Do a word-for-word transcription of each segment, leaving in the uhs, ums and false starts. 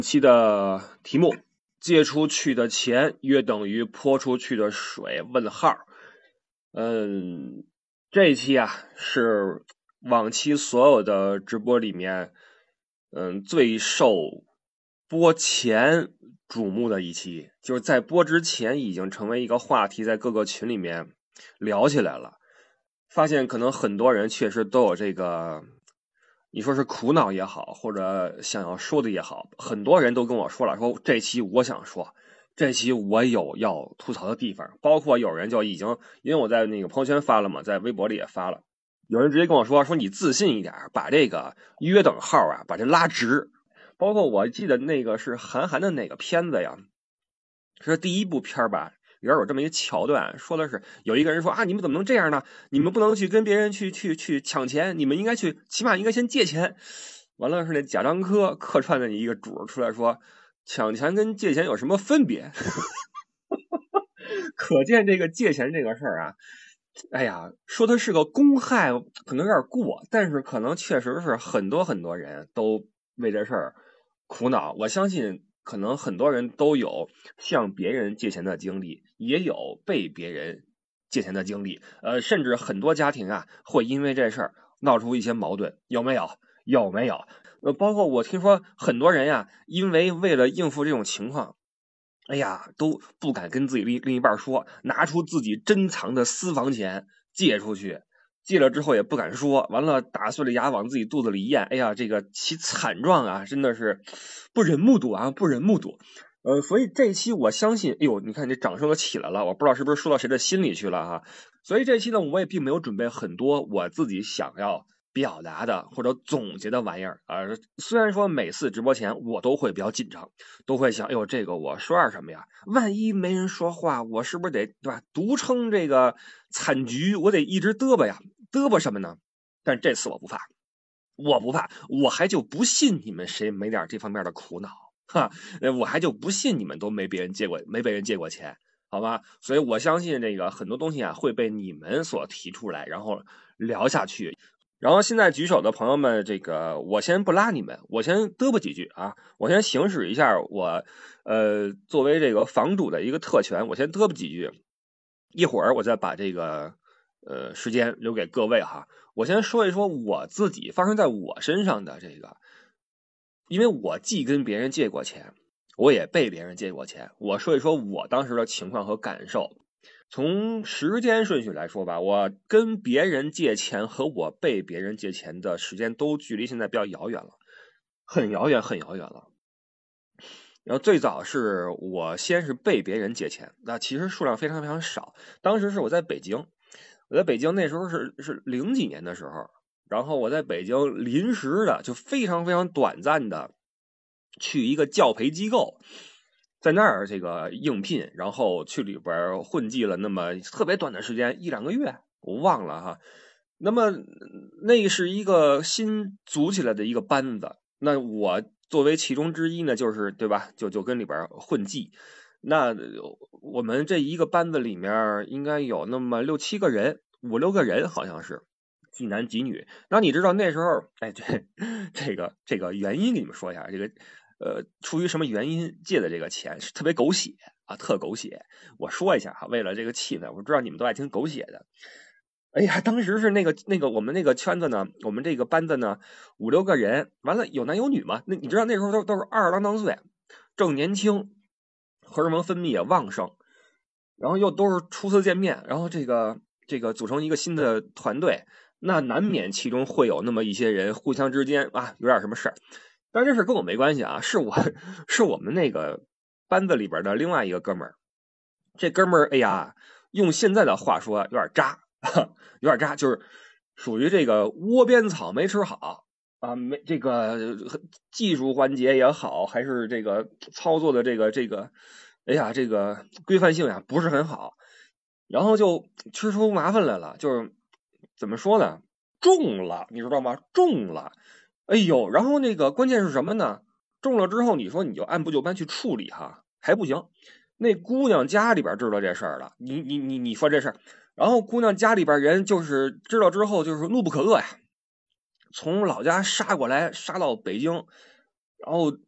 期的题目：借出去的钱约等于泼出去的水？问号。嗯，这一期啊是往期所有的直播里面，嗯，最受播前瞩目的一期，就是在播之前已经成为一个话题，在各个群里面聊起来了。发现可能很多人确实都有这个。你说是苦恼也好，或者想要说的也好，很多人都跟我说了，说这期我想说，这期我有要吐槽的地方，包括有人就已经，因为我在那个朋友圈发了嘛，在微博里也发了，有人直接跟我说，说你自信一点，把这个约等号啊，把这拉直。包括我记得那个是韩寒的那个片子呀，是第一部片吧。里边有这么一个桥段，说的是有一个人说啊，你们怎么能这样呢？你们不能去跟别人去去去抢钱，你们应该去，起码应该先借钱。完了是那贾樟柯客串的一个主出来说，抢钱跟借钱有什么分别？可见这个借钱这个事儿啊，哎呀，说它是个公害，可能有点过，但是可能确实是很多很多人都为这事儿苦恼。我相信。可能很多人都有向别人借钱的经历，也有被别人借钱的经历，呃，甚至很多家庭啊会因为这事儿闹出一些矛盾，有没有？有没有？呃，包括我听说很多人呀，因为为了应付这种情况，哎呀，都不敢跟自己另另一半说，拿出自己珍藏的私房钱借出去。借了之后也不敢说，完了打碎了牙往自己肚子里咽，哎呀，这个其惨状啊，真的是不忍目睹啊，不忍目睹。呃，所以这期我相信，哎呦，你看这掌声都起来了，我不知道是不是说到谁的心里去了哈。所以这期呢，我也并没有准备很多我自己想要表达的或者总结的玩意儿啊、呃。虽然说每次直播前我都会比较紧张，都会想，哎呦，这个我说点什么呀？万一没人说话，我是不是得对吧？独撑这个惨局，我得一直嘚啵呀，嘚啵什么呢？但这次我不怕，我不怕，我还就不信你们谁没点这方面的苦恼哈，我还就不信你们都没别人借过，没被人借过钱。好吧，所以我相信这个很多东西啊会被你们所提出来，然后聊下去。然后现在举手的朋友们，这个我先不拉你们，我先嘚啵几句啊，我先行使一下我呃作为这个房主的一个特权，我先嘚啵几句，一会儿我再把这个呃时间留给各位哈。我先说一说我自己发生在我身上的这个，因为我既跟别人借过钱。我也被别人借过钱，我说一说我当时的情况和感受。从时间顺序来说吧，我跟别人借钱和我被别人借钱的时间都距离现在比较遥远了，很遥远很遥远了。然后最早是我先是被别人借钱，那其实数量非常非常少。当时是我在北京，我在北京那时候是是零几年的时候，然后我在北京临时的就非常非常短暂的去一个教培机构。在那儿这个应聘，然后去里边混迹了那么特别短的时间，一两个月，我忘了哈。那么那是一个新组起来的一个班子，那我作为其中之一呢，就是对吧？就就跟里边混迹。那我们这一个班子里面应该有那么六七个人，五六个人好像是。几男几女。那你知道那时候，哎，这这个这个原因给你们说一下，这个。呃，出于什么原因借的这个钱是特别狗血啊，特狗血。我说一下哈，为了这个气氛，我知道你们都爱听狗血的。哎呀，当时是那个那个我们那个圈子呢，我们这个班子呢五六个人，完了有男有女嘛。那你知道那时候都都是二十郎当岁，正年轻，荷尔蒙分泌也旺盛，然后又都是初次见面，然后这个这个组成一个新的团队，那难免其中会有那么一些人互相之间啊有点什么事儿。但这事跟我没关系啊，是我是我们那个班子里边的另外一个哥们儿。这哥们儿，哎呀，用现在的话说，有点渣，有点渣，就是属于这个窝边草没吃好啊，没这个技术环节也好，还是这个操作的这个这个，哎呀，这个规范性呀不是很好，然后就吃出麻烦来了，就是怎么说呢，中了，你知道吗？中了。哎呦，然后那个关键是什么呢？中了之后，你说你就按部就班去处理哈，还不行。那姑娘家里边知道这事儿了，你你你你说这事儿，然后姑娘家里边人就是知道之后就是怒不可遏呀，从老家杀过来，杀到北京，然后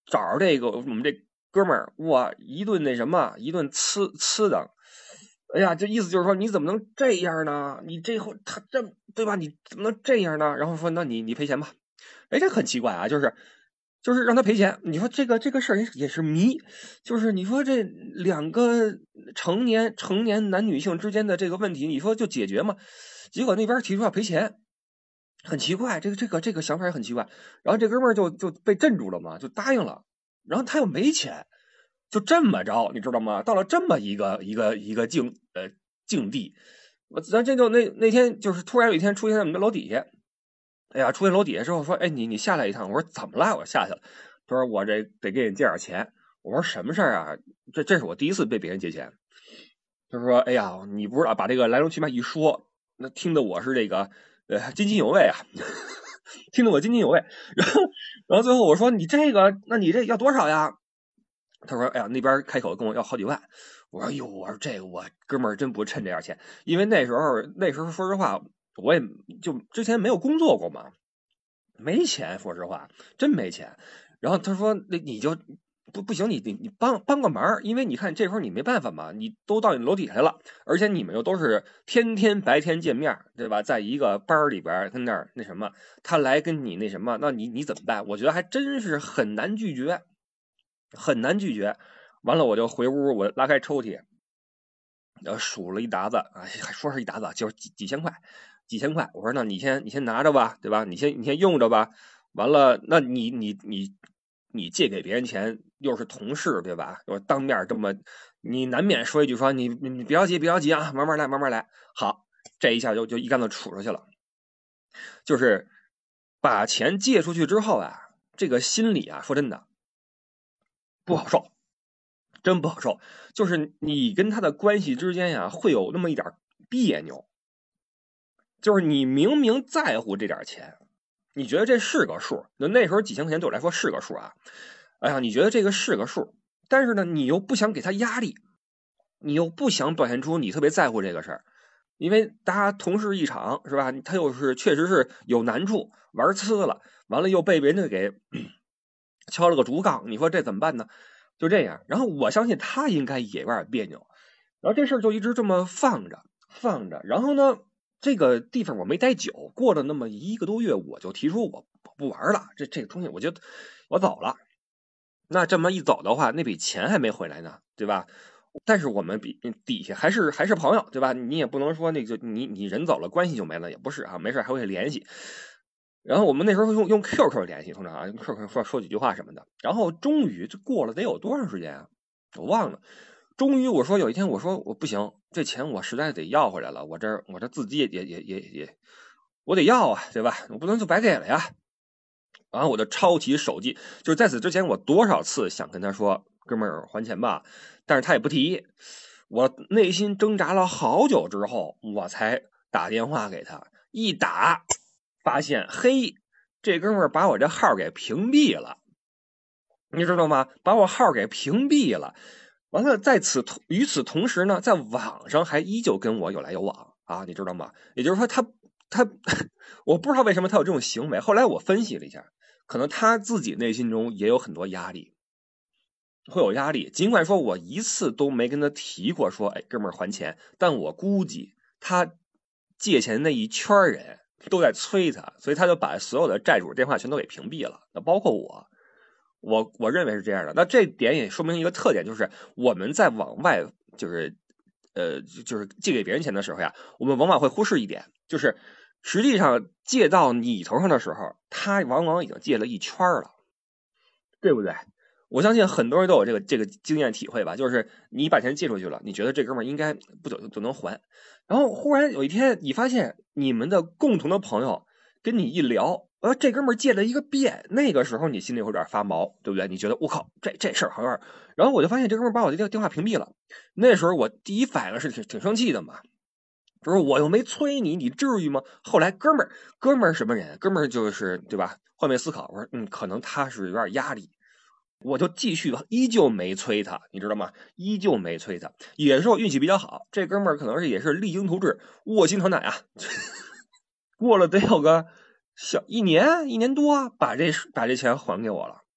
找着这个我们这哥们儿，哇，一顿那什么，一顿呲呲的。哎呀，这意思就是说，你怎么能这样呢？你这后他这对吧？你怎么能这样呢？然后说，那你你赔钱吧。哎，这很奇怪啊，就是就是让他赔钱。你说这个这个事儿也是谜，就是你说这两个成年成年男女性之间的这个问题，你说就解决吗？结果那边提出要赔钱，很奇怪，这个这个这个想法也很奇怪。然后这哥们儿就就被镇住了嘛，就答应了。然后他又没钱。就这么着，你知道吗？到了这么一个一个一个境呃境地，我咱这就那那天就是突然有一天出现在我们的楼底下，哎呀，出现楼底下之后说，哎，你你下来一趟。我说怎么了？我下去了。他说我这得给你借点钱。我说什么事儿啊？这这是我第一次被别人借钱。他说，哎呀，你不知道把这个来龙去脉一说，那听得我是这个呃津津有味啊，听得我津津有味。然后然后最后我说你这个，那你这要多少呀？他说：“哎呀，那边开口跟我要好几万。”我说：“哟，我说这个我哥们儿真不趁这点钱，因为那时候那时候说实话，我也就之前没有工作过嘛，没钱，说实话真没钱。”然后他说：“那你就不不行，你你你帮帮个忙，因为你看这会儿你没办法嘛，你都到你楼底下来了，而且你们又都是天天白天见面，对吧？在一个班里边，他那儿那什么，他来跟你那什么，那你你怎么办？我觉得还真是很难拒绝。”很难拒绝。完了我就回屋，我拉开抽屉，然后数了一沓子啊，还说是一沓子，就是几几千块，几千块。我说那你先你先拿着吧，对吧？你先你先用着吧。完了，那你你你你借给别人钱，又是同事，对吧？我当面这么，你难免说一句说你你你别着急别着急啊，慢慢来慢慢来。好，这一下就就一竿子杵出去了。就是把钱借出去之后啊，这个心里啊，说真的。不好受，真不好受。就是你跟他的关系之间呀，会有那么一点别扭。就是你明明在乎这点钱，你觉得这是个数，那那时候几千块钱对我来说是个数啊。哎呀，你觉得这个是个数，但是呢，你又不想给他压力，你又不想表现出你特别在乎这个事儿，因为大家同事一场是吧？他又是确实是有难处，玩呲了，完了又被别人给敲了个竹杠，你说这怎么办呢？就这样，然后我相信他应该也有点别扭，然后这事儿就一直这么放着放着，然后呢，这个地方我没待久，过了那么一个多月，我就提出我不玩了，这这个东西我就我走了。那这么一走的话，那笔钱还没回来呢，对吧？但是我们比底下还是还是朋友，对吧？你也不能说那个你你人走了，关系就没了，也不是啊，没事还会联系。然后我们那时候用用 Q Q 联系，通常啊用 Q Q 说说几句话什么的。然后终于这过了得有多长时间啊？我忘了。终于我说有一天我说我不行，这钱我实在得要回来了，我这我这自己也也也也也我得要啊，对吧？我不能就白给了呀。然后我就抄起手机，就是在此之前我多少次想跟他说哥们儿还钱吧，但是他也不提。我内心挣扎了好久之后，我才打电话给他，一打。发现嘿，这哥们儿把我这号给屏蔽了，你知道吗？把我号给屏蔽了。完了，在此与此同时呢，在网上还依旧跟我有来有往啊，你知道吗？也就是说他，他他，我不知道为什么他有这种行为。后来我分析了一下，可能他自己内心中也有很多压力，会有压力。尽管说我一次都没跟他提过说，哎，哥们儿还钱，但我估计他借钱那一圈人。都在催他，所以他就把所有的债主电话全都给屏蔽了，那包括我，我我认为是这样的。那这点也说明一个特点，就是我们在往外就是呃就是借给别人钱的时候呀，我们往往会忽视一点，就是实际上借到你头上的时候，他往往已经借了一圈了，对不对？我相信很多人都有这个这个经验体会吧，就是你把钱借出去了，你觉得这哥们儿应该不久就能还，然后忽然有一天你发现你们的共同的朋友跟你一聊，呃，这哥们儿借了一个遍，那个时候你心里有点发毛，对不对？你觉得我靠，这这事儿好像，然后我就发现这哥们儿把我的电话屏蔽了，那时候我第一反应是挺挺生气的嘛，就是我又没催你，你至于吗？后来哥们儿哥们儿什么人？哥们儿就是对吧？换位思考，我说嗯，可能他是有点压力。我就继续依旧没催他，你知道吗？依旧没催他，也是我运气比较好，这哥们儿可能是也是励精图治，卧薪尝胆啊。过了得有个小一年一年多，把这把这钱还给我了。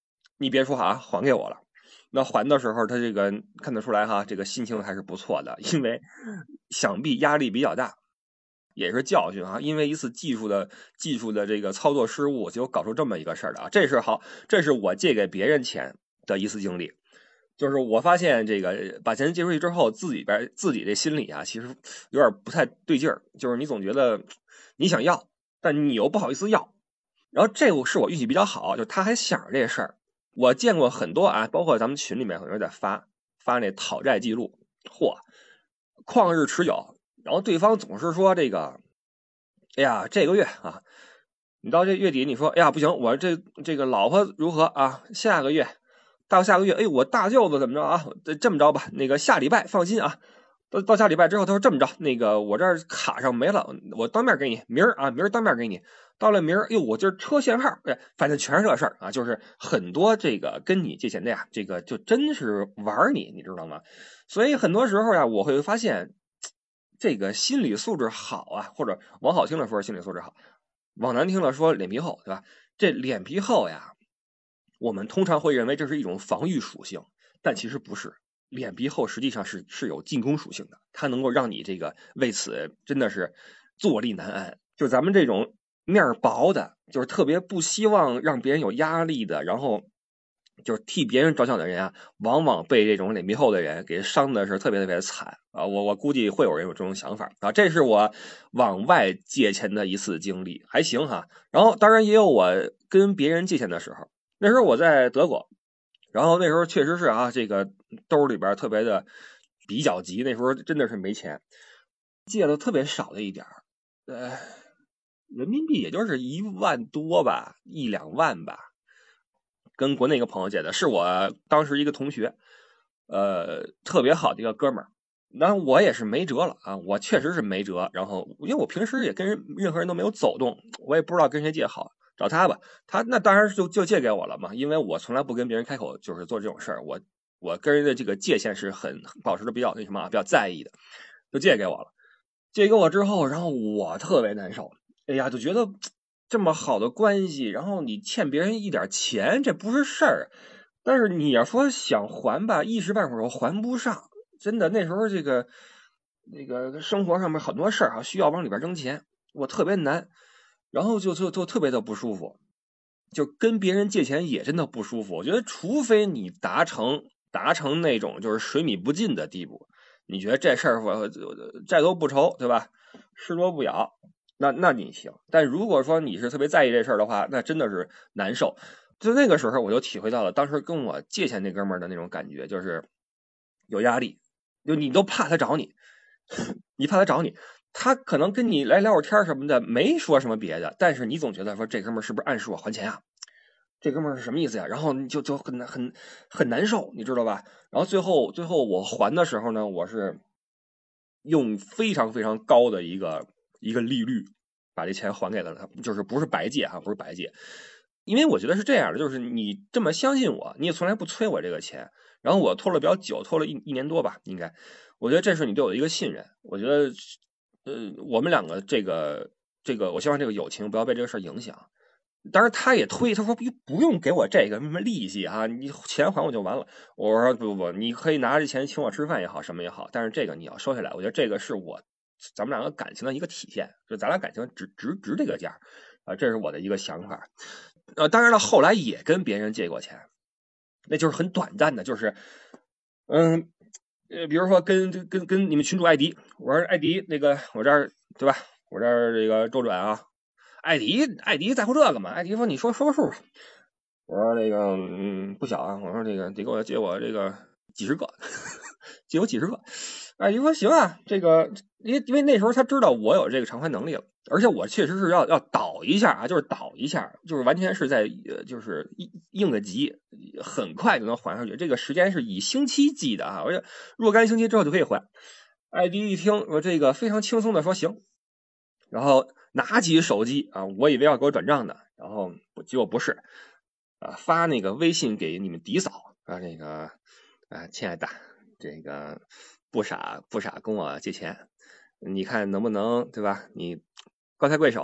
你别说啊，还给我了。那还的时候，他这个看得出来哈，这个心情还是不错的，因为想必压力比较大，也是教训啊。因为一次技术的技术的这个操作失误，就搞出这么一个事儿的啊。这是好，这是我借给别人钱的一次经历。就是我发现这个把钱借出去之后，自己边自己这心里啊，其实有点不太对劲儿。就是你总觉得你想要，但你又不好意思要。然后这个是我运气比较好，就他还想着这事儿。我见过很多啊，包括咱们群里面很多人在发发那讨债记录，嚯，旷日持久。然后对方总是说这个，哎呀，这个月啊，你到这月底你说，哎呀不行，我这这个老婆如何啊？下个月到下个月，哎，我大舅子怎么着啊？这么着吧，那个下礼拜放心啊，到到下礼拜之后，他说这么着，那个我这儿卡上没了，我当面给你，明儿啊，明儿当面给你。到了明儿，哟，我今儿车限号，哎，反正全是这事儿啊，就是很多这个跟你借钱的呀，这个就真是玩你，你知道吗？所以很多时候呀，我会发现，这个心理素质好啊，或者往好听了说心理素质好，往难听了说脸皮厚，对吧？这脸皮厚呀，我们通常会认为这是一种防御属性，但其实不是。脸皮厚实际上是是有进攻属性的，它能够让你这个为此真的是坐立难安。就咱们这种面薄的，就是特别不希望让别人有压力的，然后就是替别人着想的人啊，往往被这种脸皮厚的人给伤的是特别特别惨啊！我我估计会有人有这种想法啊，这是我往外借钱的一次经历，还行哈。然后当然也有我跟别人借钱的时候，那时候我在德国。然后那时候确实是啊，这个兜里边特别的比较急，那时候真的是没钱，借了特别少的一点儿，呃，人民币也就是一万多吧，一两万吧，跟国内一个朋友借的，是我当时一个同学，呃，特别好的一个哥们儿。然后我也是没辙了啊，我确实是没辙。然后因为我平时也跟人任何人都没有走动，我也不知道跟谁借好。找他吧，他那当然就就借给我了嘛，因为我从来不跟别人开口，就是做这种事儿，我我跟人的这个界限是很保持的比较那什么啊，比较在意的，就借给我了。借给我之后，然后我特别难受，哎呀，就觉得这么好的关系，然后你欠别人一点钱，这不是事儿，但是你要说想还吧，一时半会儿我还不上，真的那时候这个那个生活上面很多事儿啊，需要往里边扔钱，我特别难。然后就就就特别的不舒服，就跟别人借钱也真的不舒服。我觉得，除非你达成达成那种就是水米不进的地步，你觉得这事儿我债多不愁，对吧？事多不咬，那那你行。但如果说你是特别在意这事儿的话，那真的是难受。就那个时候，我就体会到了当时跟我借钱那哥们儿的那种感觉，就是有压力，就你都怕他找你，你怕他找你。他可能跟你来聊会儿天什么的，没说什么别的，但是你总觉得说这哥们儿是不是暗示我还钱啊？这哥们儿是什么意思呀？然后你就就很很很难受，你知道吧？然后最后最后我还的时候呢，我是用非常非常高的一个一个利率把这钱还给了他，就是不是白借哈，不是白借，因为我觉得是这样的，就是你这么相信我，你也从来不催我这个钱，然后我拖了比较久，拖了一一年多吧，应该，我觉得这是你对我的一个信任，我觉得。呃，我们两个这个这个，我希望这个友情不要被这个事儿影响。当然，他也推，他说不不用给我这个什么利息啊，你钱还我就完了。我说不不不，你可以拿着钱请我吃饭也好，什么也好，但是这个你要收下来。我觉得这个是我咱们两个感情的一个体现，就咱俩感情值值值这个价啊，这是我的一个想法。呃，当然了，后来也跟别人借过钱，那就是很短暂的，就是嗯。呃，比如说跟跟跟你们群主艾迪，我说艾迪，那个我这儿对吧？我这儿这个周转啊，艾迪艾迪在乎这个嘛？艾迪说你说说个数吧。我说那个嗯不小啊，我说这个得给我借我这个几十个，借我几十个。艾迪说行啊，这个因为因为那时候他知道我有这个偿还能力了，而且我确实是要要倒一下啊，就是倒一下，就是完全是在呃就是应个急，很快就能还上去。这个时间是以星期计的啊，而且若干星期之后就可以还。艾迪一听我这个非常轻松的说行，然后拿起手机啊，我以为要给我转账的，然后结果不是，啊发那个微信给你们迪嫂啊，这个啊亲爱的，这个不傻不傻跟我借钱，你看能不能对吧？你高抬贵手，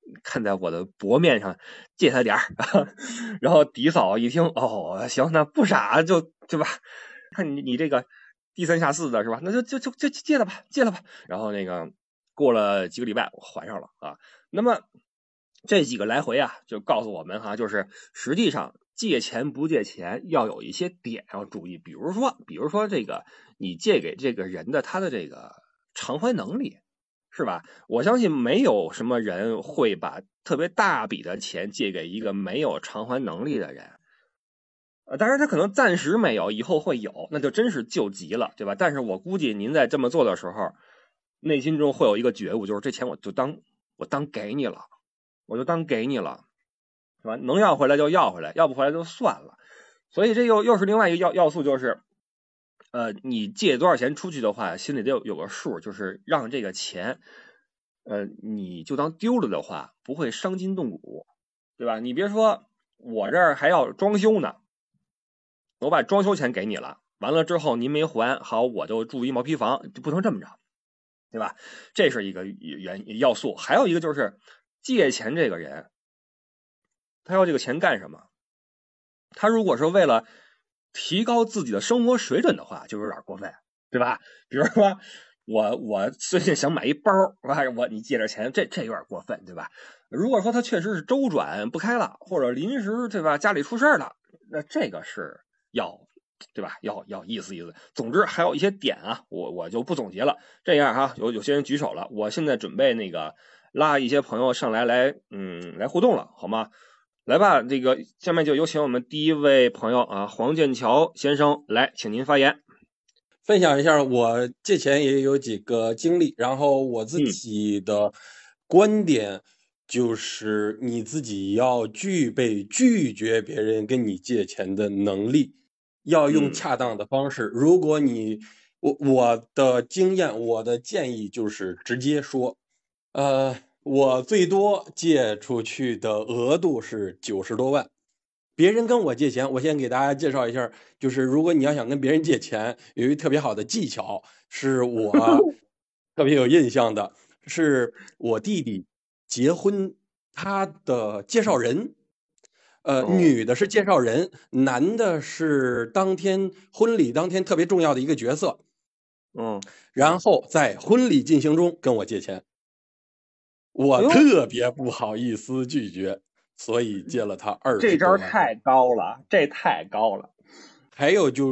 看在我的薄面上借他点儿。然后嫡嫂一听，哦，行，那不傻就对吧？看你你这个低三下四的是吧？那就就就就借了吧，借了吧。然后那个过了几个礼拜，我还上了啊。那么这几个来回啊，就告诉我们哈，就是实际上借钱不借钱要有一些点要注意，比如说，比如说这个你借给这个人的他的这个偿还能力，是吧？我相信没有什么人会把特别大笔的钱借给一个没有偿还能力的人。呃，当然他可能暂时没有，以后会有，那就真是救急了，对吧？但是我估计您在这么做的时候，内心中会有一个觉悟，就是这钱我就当我当给你了，我就当给你了，是吧？能要回来就要回来，要不回来就算了。所以这又又是另外一个要要素，就是呃，你借多少钱出去的话，心里得有有个数，就是让这个钱，呃，你就当丢了的话，不会伤筋动骨，对吧？你别说我这儿还要装修呢。我把装修钱给你了，完了之后您没还，好，我就住一毛坯房，就不能这么着，对吧？这是一个原要素。还有一个就是借钱这个人，他要这个钱干什么？他如果是为了提高自己的生活水准的话，就有点过分，对吧？比如说我我最近想买一包，我你借点钱，这这有点过分，对吧？如果说他确实是周转不开了，或者临时对吧家里出事了，那这个是要对吧？要要意思意思。总之还有一些点啊，我我就不总结了。这样哈、啊，有有些人举手了，我现在准备那个拉一些朋友上来来嗯来互动了，好吗？来吧，这个下面就有请我们第一位朋友啊，黄剑桥先生来，请您发言， 分享一下我借钱也有几个经历，然后我自己的观点就是你自己要具备拒绝别人跟你借钱的能力，要用恰当的方式。如果你我我的经验，我的建议就是直接说，呃，我最多借出去的额度是九十多万。别人跟我借钱，我先给大家介绍一下，就是如果你要想跟别人借钱，有一个特别好的技巧，是我特别有印象的，是我弟弟结婚，他的介绍人，呃， 哦女的是介绍人，男的是当天婚礼当天特别重要的一个角色， 嗯， 然后在婚礼进行中跟我借钱，我哎呦， 特别不好意思拒绝，所以借了他二这十多万。 招太高了，这太高了， 还有就是，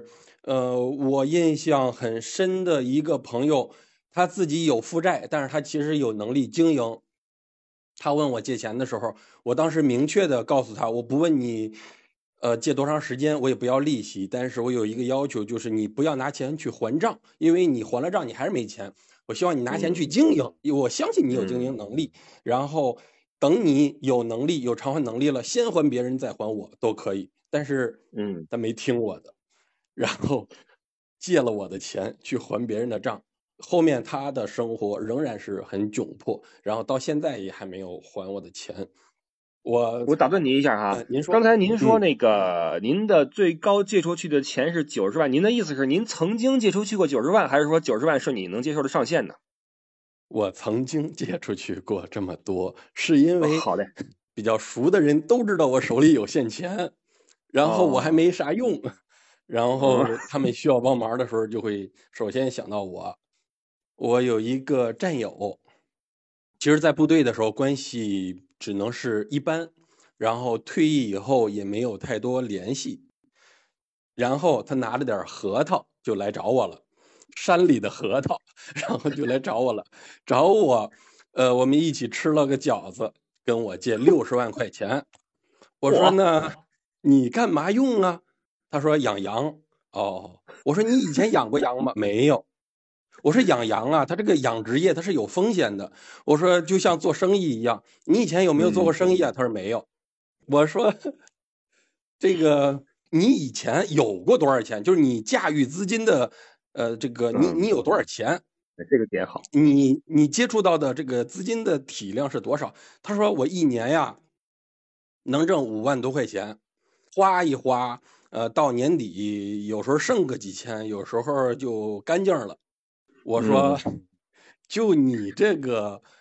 呃，我印象很深的一个朋友，他自己有负债，但是他其实有能力经营。他问我借钱的时候，我当时明确的告诉他，我不问你，呃，借多长时间，我也不要利息，但是我有一个要求，就是你不要拿钱去还账，因为你还了账，你还是没钱。我希望你拿钱去经营，我相信你有经营能力，然后等你有能力、有偿还能力了，先还别人再还我都可以。但是， 嗯， 他没听我的，然后借了我的钱去还别人的账。后面他的生活仍然是很窘迫，然后到现在也还没有还我的钱。我我打断您一下哈， 呃，您说， 刚才您说嗯， 那个您的最高借出去的钱是九十万，您的意思是您曾经借出去过九十万，还是说九十万是你能接受的上限呢？ 我曾经借出去过这么多，是因哦， 为好的， 比较熟的人都知道我手里有现钱，然后我还哦， 没啥用，然嗯后他们需要帮忙的时候，就会首先想到我。我有一个战友，其实在部队的时候关系只能是一般，然后退役以后也没有太多联系。然后他拿了点核桃就来找我了，山里的核桃，然后就来找我了，找我，呃，我们一起吃了个饺子，跟我借六十万块钱。我说嚯， 那你干嘛用啊？他说养羊。哦，我说你以前养过羊吗？没有。我说养羊啊，它这个养殖业它是有风险的。我说就像做生意一样，你以前有没有做过嗯生意啊？他说没有。我说这个你以前有过多少钱？就是你驾驭资金的，呃，这个你你嗯， 有多少钱？ 这个点好， 你你接触到的这个资金的体量是多少？他说我一年呀能挣五万多块钱，花一花，呃，到年底有时候剩个几千，有时候就干净了。我说， 嗯就你这个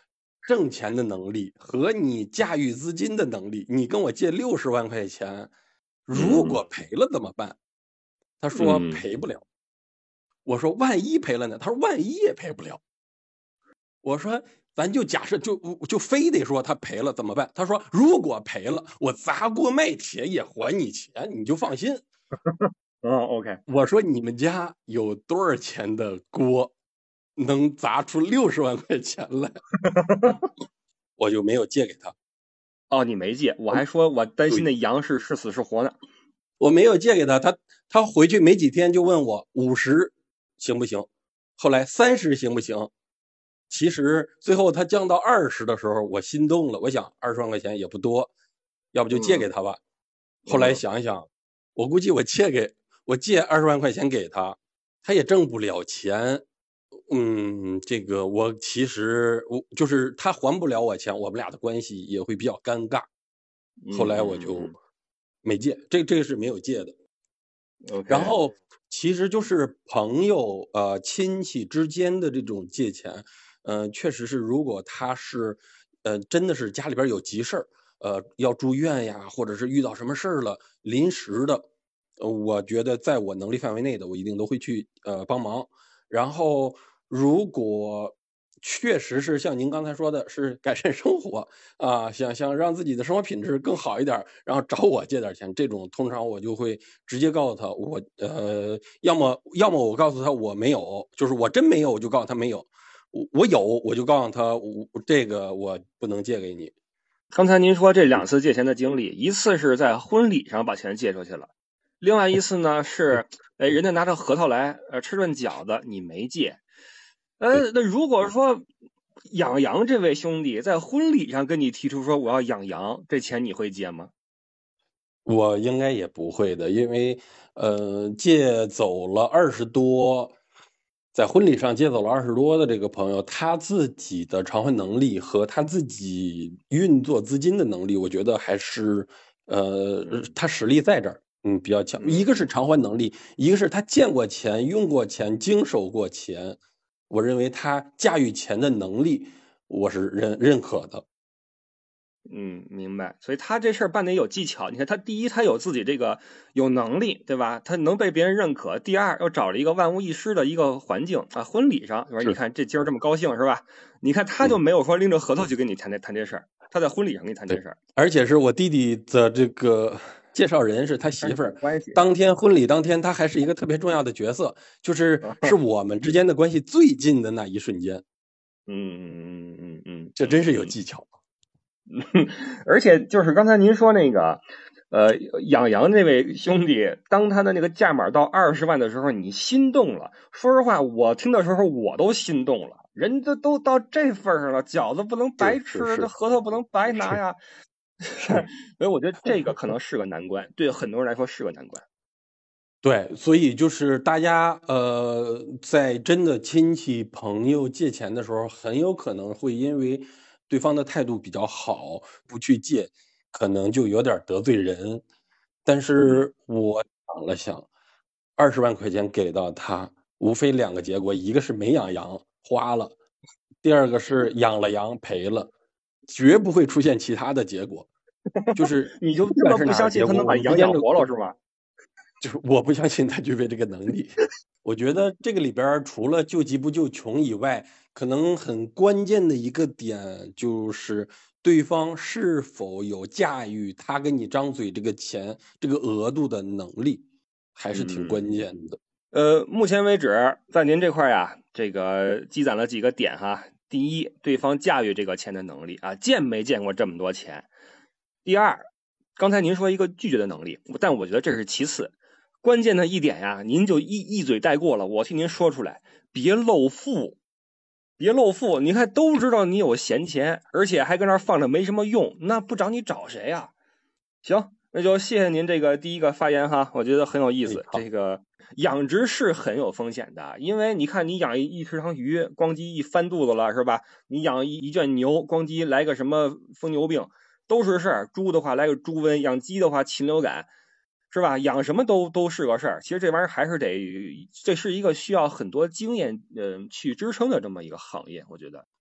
挣钱的能力和你驾驭资金的能力，你跟我借六十万块钱，如果赔了怎么办？他说嗯赔不了。我说万一赔了呢？他说万一也赔不了。我说咱就假设就就非得说他赔了怎么办？他说如果赔了，我砸锅卖铁也还你钱，你就放心。 哦，OK。 我说你们家有多少钱的锅能砸出六十万块钱来？我就没有借给他。 哦，你没借，我还说我担心那羊是是死是活呢。 我没有借给他，他他回去没几天就问我五十行不行？后来三十行不行？其实最后他降到二十的时候，我心动了。我想二十万块钱也不多，要不就借给他吧。 嗯、 后来想一想，我估计我借给我借二十万块钱给他，他也挣不了钱。嗯，这个我其实我就是他还不了我钱，我们俩的关系也会比较尴尬。后来我就没借，这这个是没有借的。 Okay. 然后其实就是朋友呃亲戚之间的这种借钱，嗯、呃，确实是如果他是呃真的是家里边有急事儿，呃要住院呀，或者是遇到什么事儿了，临时的，呃，我觉得在我能力范围内的，我一定都会去呃帮忙。然后如果确实是像您刚才说的，是改善生活啊，想想让自己的生活品质更好一点，然后找我借点钱，这种通常我就会直接告诉他，我呃，要么要么我告诉他我没有，就是我真没有，我就告诉他没有，我我有我就告诉他我这个我不能借给你。 刚才您说这两次借钱的经历，一次是在婚礼上把钱借出去了，另外一次呢是，哎，人家拿着核桃来，呃，吃顿饺子，你没借。呃，那如果说养羊这位兄弟在婚礼上跟你提出说我要养羊，这钱你会借吗？ 我应该也不会的，因为呃，借走了二十多，在婚礼上借走了二十多的这个朋友，他自己的偿还能力和他自己运作资金的能力，我觉得还是呃，他实力在这儿，嗯，比较强。一个是偿还能力，一个是他见过钱、用过钱、经手过钱。我认为他驾驭钱的能力，我是认认可的。 嗯，明白。所以他这事儿办得有技巧。你看，他第一，他有自己这个有能力，对吧？他能被别人认可。第二，又找了一个万无一失的一个环境啊。婚礼上，是吧？你看这今儿这么高兴，是吧？你看他就没有说拎着核桃去跟你谈这谈这事儿，他在婚礼上跟你谈这事儿。 而且是我弟弟的这个介绍人是他媳妇儿，当天婚礼当天，他还是一个特别重要的角色，就是是我们之间的关系最近的那一瞬间。 嗯嗯嗯嗯嗯， 这真是有技巧。 而且就是刚才您说那个，呃，养羊那位兄弟，当他的那个价码到二十万的时候，你心动了。说实话，我听的时候我都心动了。人家都到这份上了，饺子不能白吃，这核桃不能白拿呀。所以我觉得这个可能是个难关，对很多人来说是个难关。 对，所以就是大家呃，在真的亲戚朋友借钱的时候，很有可能会因为对方的态度比较好，不去借，可能就有点得罪人。但是我想了想，二十万块钱给到他，无非两个结果，一个是没养羊花了，第二个是养了羊赔了，绝不会出现其他的结果。就是你就这么不相信他能把羊养活了是吗？ 就是我不相信他具备这个能力。我觉得这个里边除了救急不救穷以外，可能很关键的一个点就是对方是否有驾驭他跟你张嘴这个钱这个额度的能力，还是挺关键的。 嗯、呃，目前为止，在您这块呀，这个积攒了几个点哈。第一，对方驾驭这个钱的能力啊，见没见过这么多钱？第二，刚才您说一个拒绝的能力，但我觉得这是其次。关键的一点呀，您就一一嘴带过了，我替您说出来，别露富，别露富。你看都知道你有闲钱，而且还跟那儿放着没什么用，那不找你找谁呀？行，那就谢谢您这个第一个发言哈，我觉得很有意思。这个养殖是很有风险的，因为你看你养一一池塘鱼，咣叽一翻肚子了是吧？你养一一圈牛，咣叽来个什么疯牛病，都是事儿。猪的话来个猪瘟，养鸡的话禽流感。是吧？养什么都都是个事儿。其实这玩意儿还是得，这是一个需要很多经验，嗯、呃，去支撑的这么一个行业，我觉得。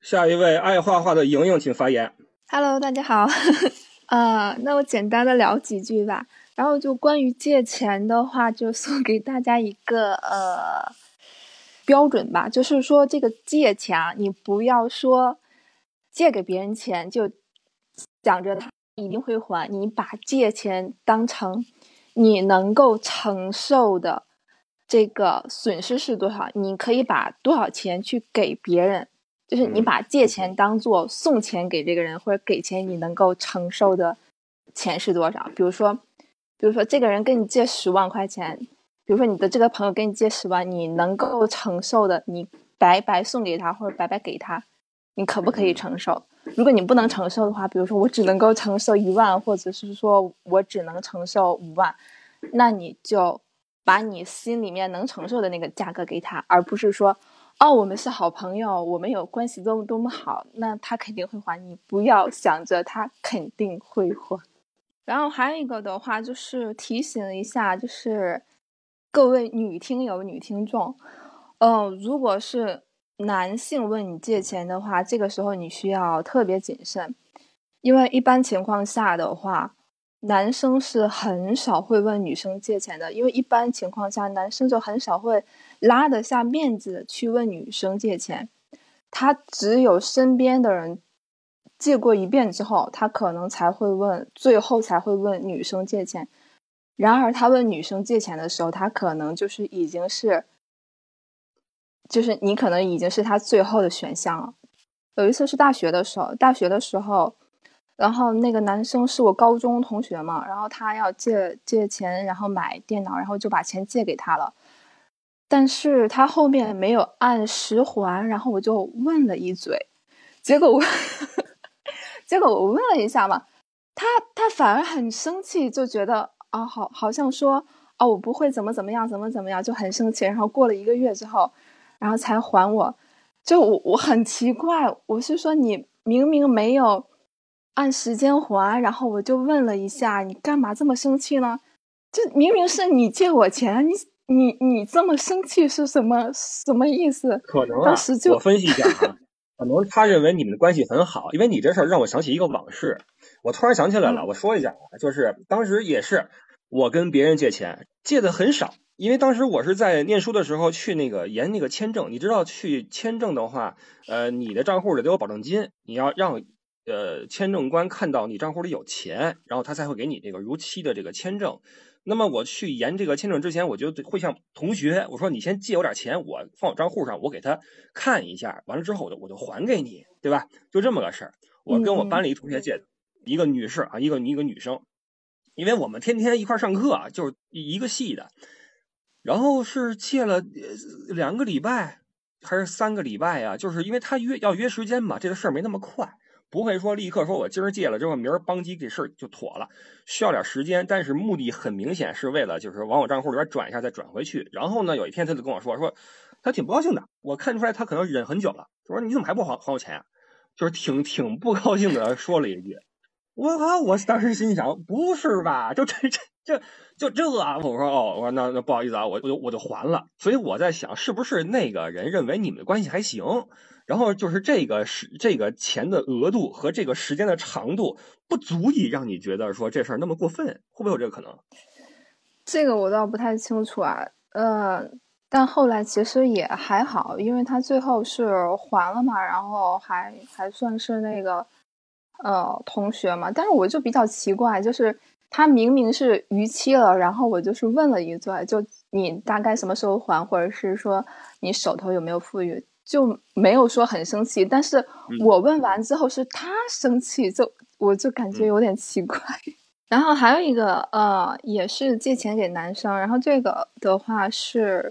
下一位爱画画的莹莹，请发言。 Hello， 大家好。呃，那我简单的聊几句吧。然后就关于借钱的话，就送给大家一个呃标准吧，就是说这个借钱啊，你不要说借给别人钱就想着他一定会还，你把借钱当成你能够承受的这个损失是多少，你可以把多少钱去给别人，就是你把借钱当做送钱给这个人，或者给钱你能够承受的钱是多少。比如说比如说这个人跟你借十万块钱，比如说你的这个朋友跟你借十万，你能够承受的，你白白送给他或者白白给他，你可不可以承受？如果你不能承受的话，比如说我只能够承受一万，或者是说我只能承受五万，那你就把你心里面能承受的那个价格给他，而不是说哦我们是好朋友，我们有关系多么多么好，那他肯定会还你，不要想着他肯定会还。然后还有一个的话就是提醒一下，就是各位女听友女听众，嗯、呃，如果是男性问你借钱的话，这个时候你需要特别谨慎，因为一般情况下的话，男生是很少会问女生借钱的，因为一般情况下男生就很少会拉得下面子去问女生借钱，他只有身边的人借过一遍之后，他可能才会问，最后才会问女生借钱。然而他问女生借钱的时候，他可能就是已经是就是你可能已经是他最后的选项了。有一次是大学的时候，大学的时候，然后那个男生是我高中同学嘛，然后他要借借钱，然后买电脑，然后就把钱借给他了。但是他后面没有按时还，然后我就问了一嘴，结果我结果我问了一下嘛，他他反而很生气，就觉得啊，好好像说哦我不会怎么怎么样怎么怎么样，就很生气。然后过了一个月之后，然后才还我。就我我很奇怪，我是说你明明没有按时间还，然后我就问了一下，你干嘛这么生气呢？这明明是你借我钱，你你你这么生气是什么什么意思？ 可能啊， 当时就我分析一下啊，可能他认为你们的关系很好，因为你这事儿让我想起一个往事，我突然想起来了， 嗯、 我说一下，就是当时也是我跟别人借钱，借的很少，因为当时我是在念书的时候去那个延那个签证，你知道去签证的话，呃，你的账户里都有保证金，你要让呃签证官看到你账户里有钱，然后他才会给你这个如期的这个签证。那么我去延这个签证之前，我就会向同学我说：“你先借我点钱，我放我账户上，我给他看一下，完了之后我就我就还给你，对吧？就这么个事儿。”我跟我班里一同学借的，一个女士啊，一个一个女生，因为我们天天一块上课啊，就是一个系的，然后是借了两个礼拜还是三个礼拜呀、啊？就是因为他约要约时间嘛，这个事儿没那么快。不会说立刻说我今儿借了之后明儿邦基这事儿就妥了，需要点时间，但是目的很明显是为了就是往我账户里边转一下再转回去。然后呢，有一天他就跟我说说他挺不高兴的，我看出来他可能忍很久了，就说你怎么还不还还我钱啊？就是挺挺不高兴的说了一句。我靠！我当时心想，不是吧？就这这这就这啊！我说哦，我说那那不好意思啊，我我就我就还了。所以我在想，是不是那个人认为你们的关系还行？然后就是这个是这个钱的额度和这个时间的长度不足以让你觉得说这事儿那么过分，会不会有这个可能？ 这个我倒不太清楚啊，呃，但后来其实也还好，因为他最后是还了嘛，然后还还算是那个呃同学嘛。但是我就比较奇怪，就是他明明是逾期了，然后我就是问了一嘴，就你大概什么时候还，或者是说你手头有没有富裕，就没有说很生气。但是我问完之后是他生气，就我就感觉有点奇怪。嗯然后还有一个呃，也是借钱给男生，然后这个的话是，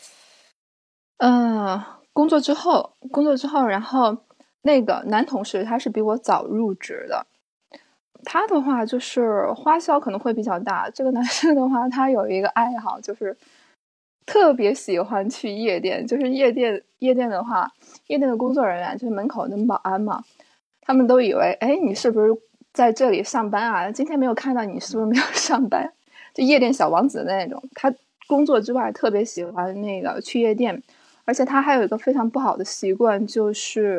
呃，工作之后，工作之后，然后那个男同事他是比我早入职的，他的话就是花销可能会比较大。这个男生的话，他有一个爱好，就是特别喜欢去夜店，就是夜店夜店的话，夜店的工作人员就是门口的保安嘛，他们都以为，哎，你是不是在这里上班啊？今天没有看到你，是不是没有上班？就夜店小王子的那种。他工作之外特别喜欢那个去夜店，而且他还有一个非常不好的习惯，就是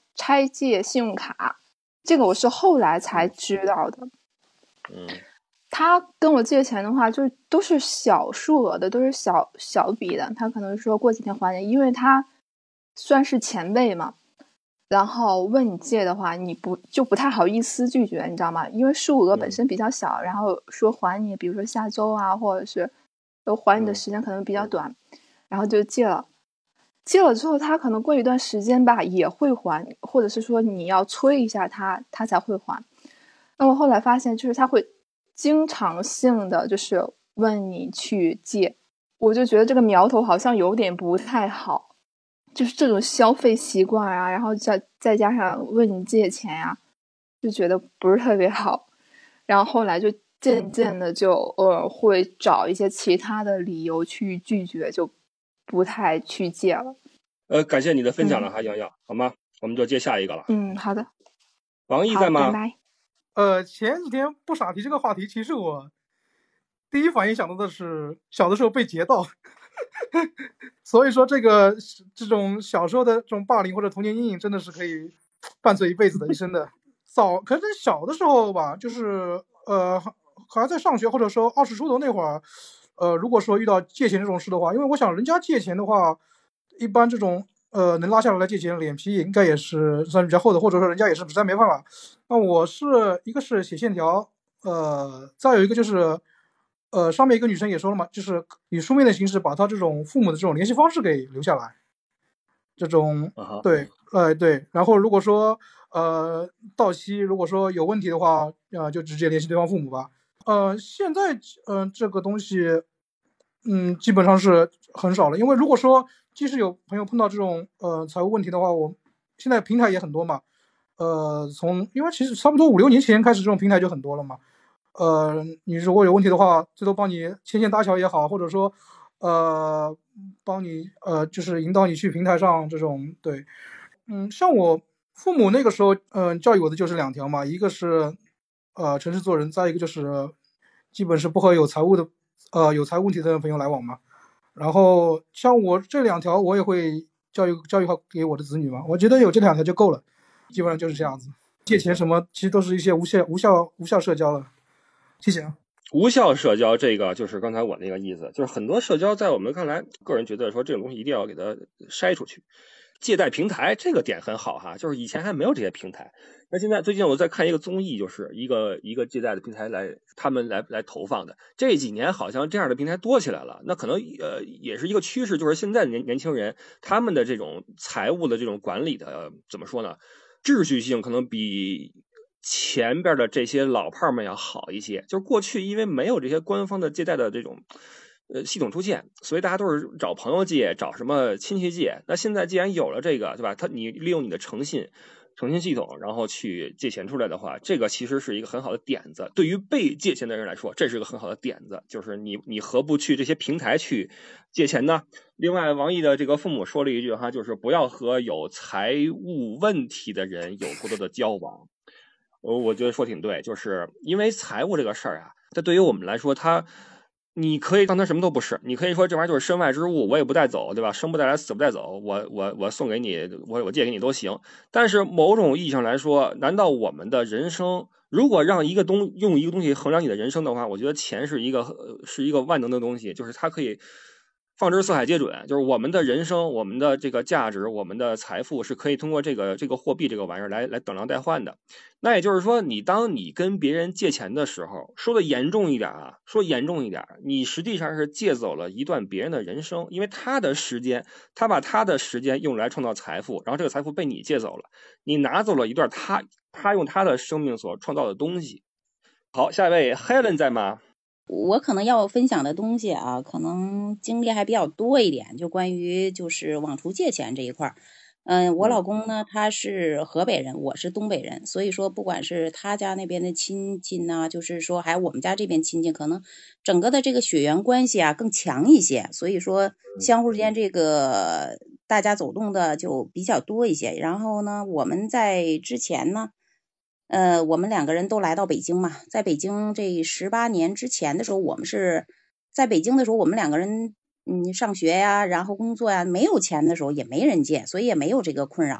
拆借信用卡，这个我是后来才知道的。 嗯， 他跟我借钱的话，就都是小数额的，都是小小笔的。他可能说过几天还你，因为他算是前辈嘛。然后问你借的话，你不就不太好意思拒绝，你知道吗？因为数额本身比较小，嗯、然后说还你，比如说下周啊，或者是都还你的时间可能比较短，嗯、然后就借了。借了之后，他可能过一段时间吧也会还，或者是说你要催一下他，他才会还。那我后来发现，就是他会经常性的就是问你去借，我就觉得这个苗头好像有点不太好。就是这种消费习惯啊，然后再再加上问你借钱呀、啊，就觉得不是特别好。然后后来就渐渐的就呃会找一些其他的理由去拒绝，就不太去借了。 呃，感谢你的分享了哈，洋洋，好吗？我们就接下一个了。 嗯，好的。 王毅在吗？ 呃，前几天不傻提这个话题，其实我第一反应想到的是小的时候被劫道。所以说这个这种小时候的这种霸凌或者童年阴影真的是可以伴随一辈子的一生的。早可是小的时候吧，就是呃还在上学或者说二十出头那会儿，呃如果说遇到借钱这种事的话，因为我想人家借钱的话，一般这种呃能拉下来借钱，脸皮应该也是算比较厚的，或者说人家也是实在没办法。那我是一个是写线条，呃再有一个就是呃，上面一个女生也说了嘛，就是以书面的形式把她这种父母的这种联系方式给留下来，这种、uh-huh. 对，呃对，然后如果说呃到期如果说有问题的话，呃就直接联系对方父母吧。呃，现在嗯、呃、这个东西，嗯基本上是很少了，因为如果说即使有朋友碰到这种呃财务问题的话，我现在平台也很多嘛，呃从因为其实差不多五六年前开始这种平台就很多了嘛。呃，你如果有问题的话，最多帮你牵线搭桥也好，或者说，呃，帮你呃，就是引导你去平台上这种。对，嗯，像我父母那个时候，嗯、呃，教育我的就是两条嘛，一个是呃诚实做人，再一个就是基本是不和有财务的呃有财务问题的朋友来往嘛。然后像我这两条，我也会教育教育好给我的子女嘛。我觉得有这两条就够了，基本上就是这样子。借钱什么，其实都是一些无效无效无效社交了。谢谢啊。 无效社交这个就是刚才我那个意思，就是很多社交在我们看来，个人觉得说这种东西一定要给它筛出去。借贷平台这个点很好哈，就是以前还没有这些平台，那现在最近我在看一个综艺，就是一个一个借贷的平台来他们来来投放的，这几年好像这样的平台多起来了，那可能呃也是一个趋势，就是现在的年年轻人他们的这种财务的这种管理的、呃、怎么说呢，秩序性可能比前边的这些老炮们要好一些。就是过去因为没有这些官方的借贷的这种呃系统出现，所以大家都是找朋友借，找什么亲戚借。那现在既然有了这个，对吧？他你利用你的诚信诚信系统，然后去借钱出来的话，这个其实是一个很好的点子。对于被借钱的人来说，这是一个很好的点子，就是你你何不去这些平台去借钱呢？另外，王毅的这个父母说了一句哈，就是不要和有财务问题的人有过多的交往。我我觉得说挺对，就是因为财务这个事儿啊，它对于我们来说，它你可以当它什么都不是，你可以说这玩意儿就是身外之物，我也不带走，对吧？生不带来，死不带走，我我我送给你，我我借给你都行。但是某种意义上来说，难道我们的人生如果让一个东用一个东西衡量你的人生的话，我觉得钱是一个是一个万能的东西，就是它可以放之四海皆准，就是我们的人生，我们的这个价值，我们的财富是可以通过这个这个货币这个玩意儿来来等量代换的。那也就是说，你当你跟别人借钱的时候，说的严重一点啊，说严重一点，你实际上是借走了一段别人的人生，因为他的时间，他把他的时间用来创造财富，然后这个财富被你借走了，你拿走了一段他他用他的生命所创造的东西。好，下一位 Helen 在吗？ 我可能要分享的东西啊，可能经历还比较多一点，就关于就是网出借钱这一块儿。嗯，我老公呢，他是河北人，我是东北人，所以说不管是他家那边的亲戚呢，就是说还有我们家这边亲戚，可能整个的这个血缘关系啊更强一些，所以说相互之间这个大家走动的就比较多一些。然后呢，我们在之前呢，呃，我们两个人都来到北京嘛，在北京这十八年之前的时候，我们是在北京的时候，我们两个人。嗯，上学呀，然后工作呀，没有钱的时候也没人借，所以也没有这个困扰。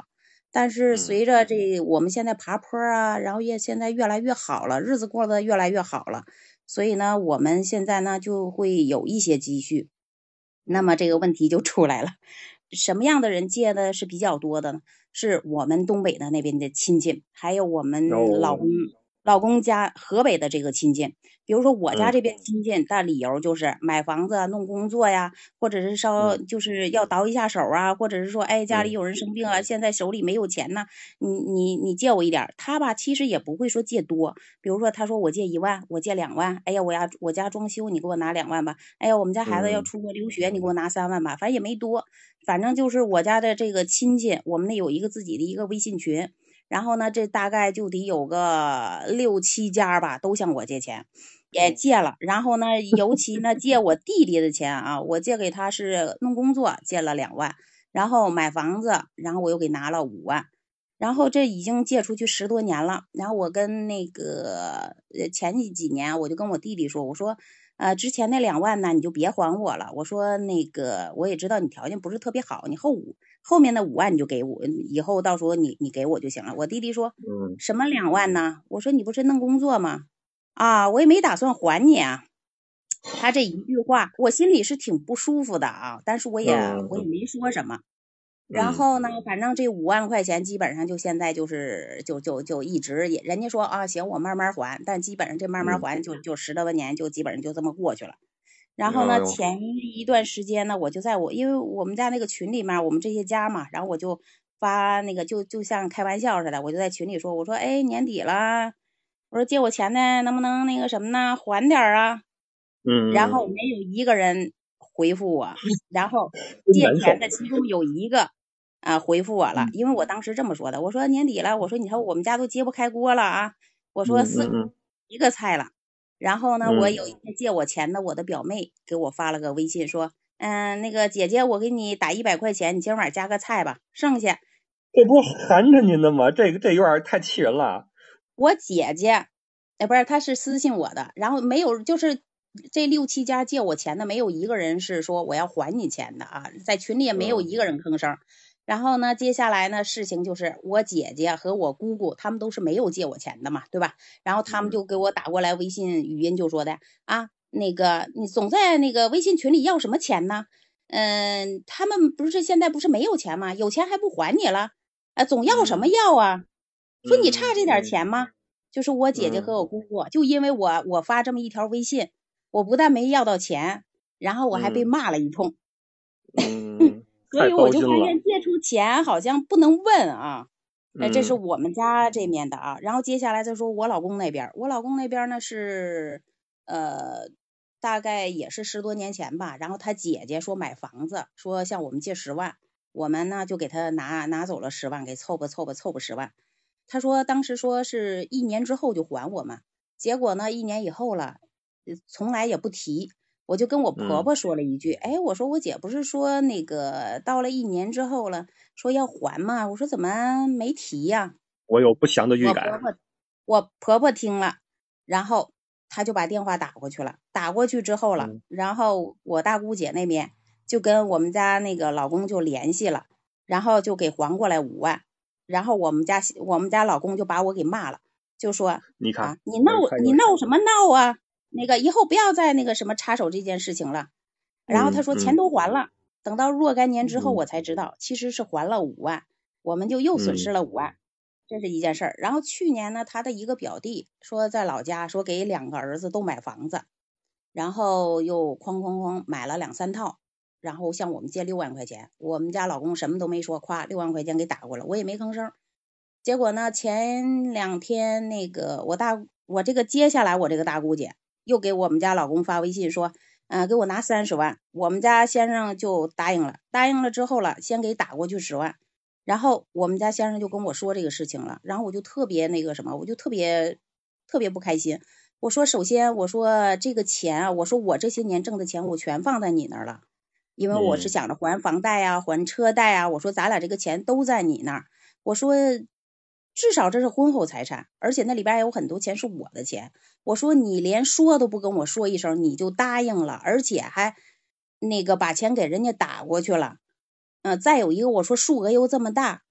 但是随着这我们现在爬坡啊，然后也现在越来越好了，日子过得越来越好了，所以呢，我们现在呢就会有一些积蓄。那么这个问题就出来了，什么样的人借的是比较多的呢？是我们东北的那边的亲戚，还有我们老公、 哦老公家河北的这个亲戚。比如说我家嗯这边亲戚的理由就是买房子、弄工作呀，或者是稍嗯就是要倒一下手啊，或者是说哎家里嗯有人生病啊，现在手里没有钱呢，你你你借我一点儿。他吧其实也不会说借多，比如说他说我借一万，我借两万，哎呀我家我家装修你给我拿两万吧，哎呀我们家孩子要嗯出国留学你给我拿三万吧，反正也没多，反正就是我家的这个亲戚，我们那有一个自己的一个微信群，然后呢这大概就得有个六七家吧都向我借钱。也借了，然后呢，尤其呢借我弟弟的钱啊，我借给他是弄工作借了两万，然后买房子，然后我又给拿了五万，然后这已经借出去十多年了。然后我跟那个呃前几几年我就跟我弟弟说，我说呃之前那两万呢你就别还我了，我说那个我也知道你条件不是特别好，你后五后面的五万你就给我，以后到时候你你给我就行了。我弟弟说嗯什么两万呢？我说你不是弄工作吗？啊，我也没打算还你啊。他这一句话，我心里是挺不舒服的啊，但是我也嗯我也没说什么。 嗯然后呢，反正这五万块钱基本上就现在就是就就就一直也，人家说啊行，我慢慢还，但基本上这慢慢嗯还就就十多万年就基本上就这么过去了。然后呢， 哎呦前一段时间呢，我就在我因为我们家那个群里面，我们这些家嘛，然后我就发那个就就像开玩笑似的，我就在群里说，我说哎年底了。我说借我钱呢，能不能那个什么呢，还点儿啊？ 嗯然后没有一个人回复我，然后真难受借钱的其中有一个啊回复我了， 嗯因为我当时这么说的，我说年底了，我说你看我们家都揭不开锅了啊，我说嗯四嗯一个菜了。然后呢，我嗯有一天借我钱的我的表妹给我发了个微信说，嗯，那个姐姐，我给你打一百块钱，你今晚加个菜吧，剩下这不是寒碜您的吗？这个这有点太气人了。 我姐姐，哎，不是，她是私信我的，然后没有，就是这六七家借我钱的，没有一个人是说我要还你钱的啊，在群里也没有一个人吭声。然后呢，接下来呢，事情就是我姐姐和我姑姑他们都是没有借我钱的嘛，对吧？然后他们就给我打过来微信语音，就说的啊，那个你总在那个微信群里要什么钱呢？嗯，他们不是现在不是没有钱吗？有钱还不还你了？啊，总要什么要啊？说你差这点钱吗？就是我姐姐和我姑姑，就因为我我发这么一条微信，我不但没要到钱，然后我还被骂了一通。 嗯， 所以我就发现借出钱好像不能问啊。呃，这是嗯我们家这面的啊。然后接下来再说我老公那边，我老公那边呢是呃大概也是十多年前吧，然后他姐姐说买房子，说向我们借十万，我们呢就给他拿拿走了十万，给凑吧凑吧凑吧十万。他说当时说是一年之后就还我们，结果呢一年以后了，呃从来也不提。我就跟我婆婆说了一句，哎，我说我姐不是说那个到了一年之后了，说要还吗？我说怎么没提呀？ 我有不祥的预我感。 婆婆，我婆婆听了，然后她就把电话打过去了。打过去之后了， 嗯然后我大姑姐那边就跟我们家那个老公就联系了，然后就给还过来五万。然后我们家我们家老公就把我给骂了，就说你看啊，你闹你闹什么闹啊？那个以后不要再那个什么插手这件事情了。然后他说钱都还了，等到若干年之后我才知道，其实是还了五万，我们就又损失了五万，这是一件事儿。然后去年呢，他的一个表弟说在老家说给两个儿子都买房子，然后又哐哐哐买了两三套，然后向我们借六万块钱，我们家老公什么都没说，夸六万块钱给打过来，我也没吭声。结果呢，前两天那个我大我这个接下来我这个大姑姐又给我们家老公发微信说，嗯、呃，给我拿三十万，我们家先生就答应了，答应了之后了，先给打过去十万，然后我们家先生就跟我说这个事情了，然后我就特别那个什么，我就特别特别不开心。我说首先我说这个钱啊，我说我这些年挣的钱我全放在你那儿了，因为我是想着还房贷啊，还车贷啊，我说咱俩这个钱都在你那儿，我说至少这是婚后财产，而且那里边有很多钱是我的钱。我说你连说都不跟我说一声，你就答应了，而且还那个把钱给人家打过去了。嗯、呃，再有一个我说数额又这么大，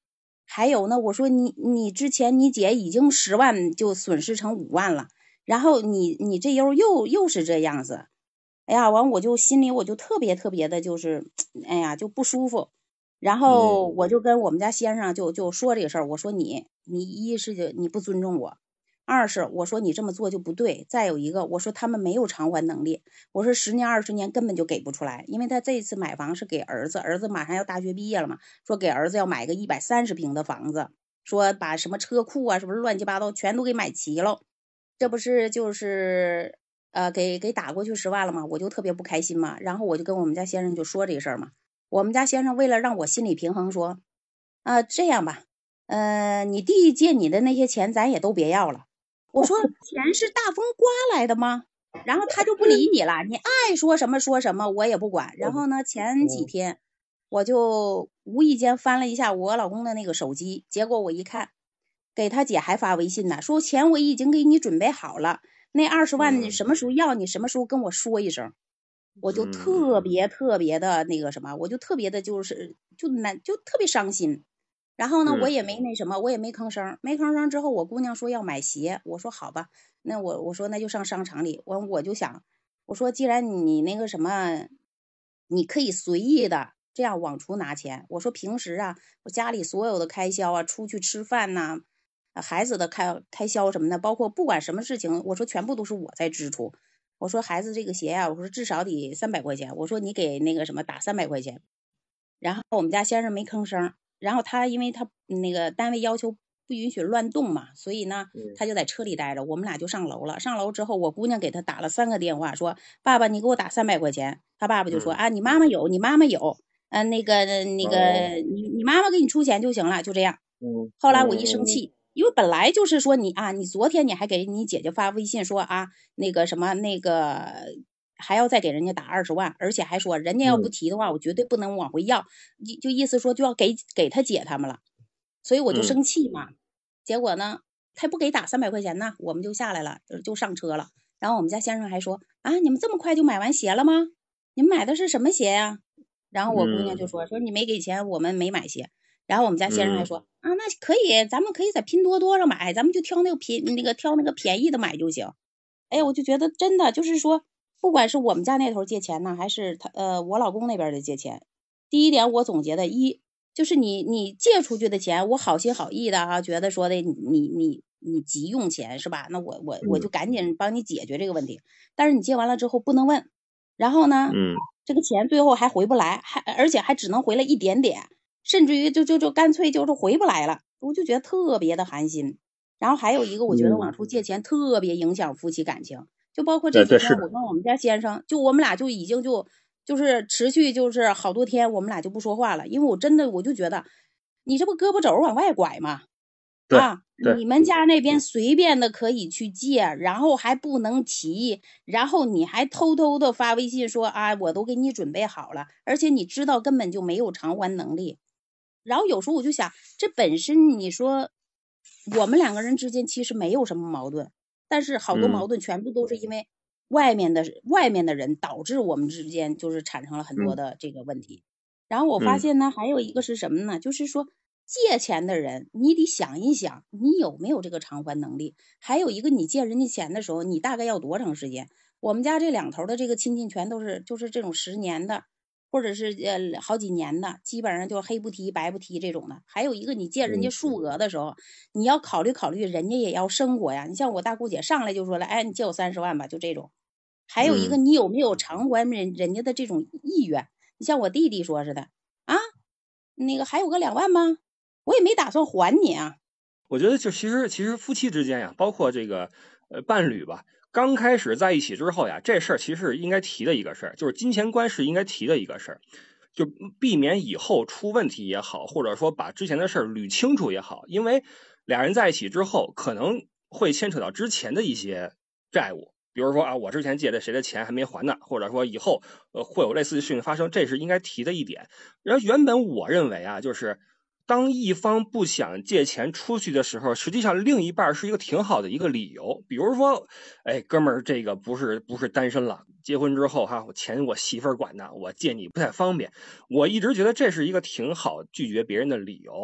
还有呢，我说你你之前你姐已经十万就损失成五万了，然后你你这又又又是这样子，哎呀，完我就心里我就特别特别的就是，哎呀就不舒服。然后我就跟我们家先生就就说这个事儿，我说你你一是你不尊重我，二是我说你这么做就不对，再有一个我说他们没有偿还能力，我说十年二十年根本就给不出来，因为他这次买房是给儿子，儿子马上要大学毕业了嘛，说给儿子要买个一百三十平的房子，说把什么车库啊什么乱七八糟全都给买齐了，这不是就是呃给给打过去十万了吗？我就特别不开心嘛，然后我就跟我们家先生就说这个事儿嘛，我们家先生为了让我心理平衡说啊、呃、这样吧，呃你弟借你的那些钱咱也都别要了。我说钱是大风刮来的吗？然后他就不理你了，你爱说什么说什么我也不管。然后呢，前几天我就无意间翻了一下我老公的那个手机，结果我一看，给他姐还发微信呢，说钱我已经给你准备好了，那二十万你什么时候要，你什么时候跟我说一声。我就特别特别的那个什么，我就特别的就是就难就特别伤心。然后呢，我也没那什么，我也没吭声，没吭声之后，我姑娘说要买鞋，我说好吧，那我我说那就上商场里，我我就想，我说既然你那个什么，你可以随意的这样往出拿钱，我说平时啊，我家里所有的开销啊，出去吃饭呐、啊，孩子的开开销什么的，包括不管什么事情，我说全部都是我在支出。我说孩子这个鞋啊，我说至少得三百块钱，我说你给那个什么打三百块钱，然后我们家先生没吭声。然后他因为他那个单位要求不允许乱动嘛，所以呢他就在车里待着，我们俩就上楼了。上楼之后我姑娘给他打了三个电话，说爸爸你给我打三百块钱，他爸爸就说、嗯、啊你妈妈有你妈妈有嗯、呃、那个那个、哦、你你妈妈给你出钱就行了，就这样。嗯，后来我一生气、嗯、因为本来就是说你啊你昨天你还给你姐姐发微信说啊那个什么那个还要再给人家打二十万，而且还说人家要不提的话、嗯、我绝对不能往回要，就意思说就要给给他姐他们了，所以我就生气嘛、嗯、结果呢他不给打三百块钱呢，我们就下来了，就上车了。然后我们家先生还说啊你们这么快就买完鞋了吗？你们买的是什么鞋呀、啊？然后我姑娘就说、嗯、说你没给钱我们没买鞋。然后我们家先生还说、嗯、啊那可以，咱们可以在拼多多上买，咱们就挑那个便那个挑那个便宜的买就行。哎我就觉得真的就是说不管是我们家那头借钱呢，还是他呃我老公那边的借钱，第一点我总结的一就是你你借出去的钱，我好心好意的啊，觉得说的你你你你急用钱是吧？那我我我就赶紧帮你解决这个问题。但是你借完了之后不能问，然后呢，嗯，这个钱最后还回不来，还而且还只能回来一点点，甚至于就就就干脆就是回不来了，我就觉得特别的寒心。然后还有一个，我觉得往出借钱特别影响夫妻感情。就包括这几天我跟我们家先生，就我们俩就已经就就是持续就是好多天我们俩就不说话了，因为我真的我就觉得你这不胳膊肘往外拐吗？啊，你们家那边随便的可以去借，然后还不能提，然后你还偷偷的发微信说啊我都给你准备好了，而且你知道根本就没有偿还能力。然后有时候我就想，这本身你说我们两个人之间其实没有什么矛盾，但是好多矛盾全部都是因为外面的、嗯、外面的人导致我们之间就是产生了很多的这个问题。嗯、然后我发现呢、嗯，还有一个是什么呢？就是说借钱的人，你得想一想，你有没有这个偿还能力？还有一个，你借人家钱的时候，你大概要多长时间？我们家这两头的这个亲戚全都是就是这种十年的。或者是呃好几年的，基本上就是黑不提白不提这种的。还有一个，你借人家数额的时候、嗯，你要考虑考虑，人家也要生活呀。你像我大姑姐上来就说了，哎，你借我三十万吧，就这种。还有一个，你有没有偿还人人家的这种意愿？你像我弟弟说似的啊，那个还有个两万吗？我也没打算还你啊。 我觉得就其实其实夫妻之间呀，包括这个呃伴侣吧。刚开始在一起之后呀，这事儿其实应该提的一个事儿，就是金钱观是应该提的一个事儿，就避免以后出问题也好，或者说把之前的事儿捋清楚也好，因为俩人在一起之后可能会牵扯到之前的一些债务，比如说啊，我之前借的谁的钱还没还呢，或者说以后呃会有类似的事情发生，这是应该提的一点。然后原本我认为啊，就是当一方不想借钱出去的时候，实际上另一半是一个挺好的一个理由。比如说，哎，哥们儿，这个不是不是单身了，结婚之后哈，我钱我媳妇儿管呢，我借你不太方便。我一直觉得这是一个挺好拒绝别人的理由。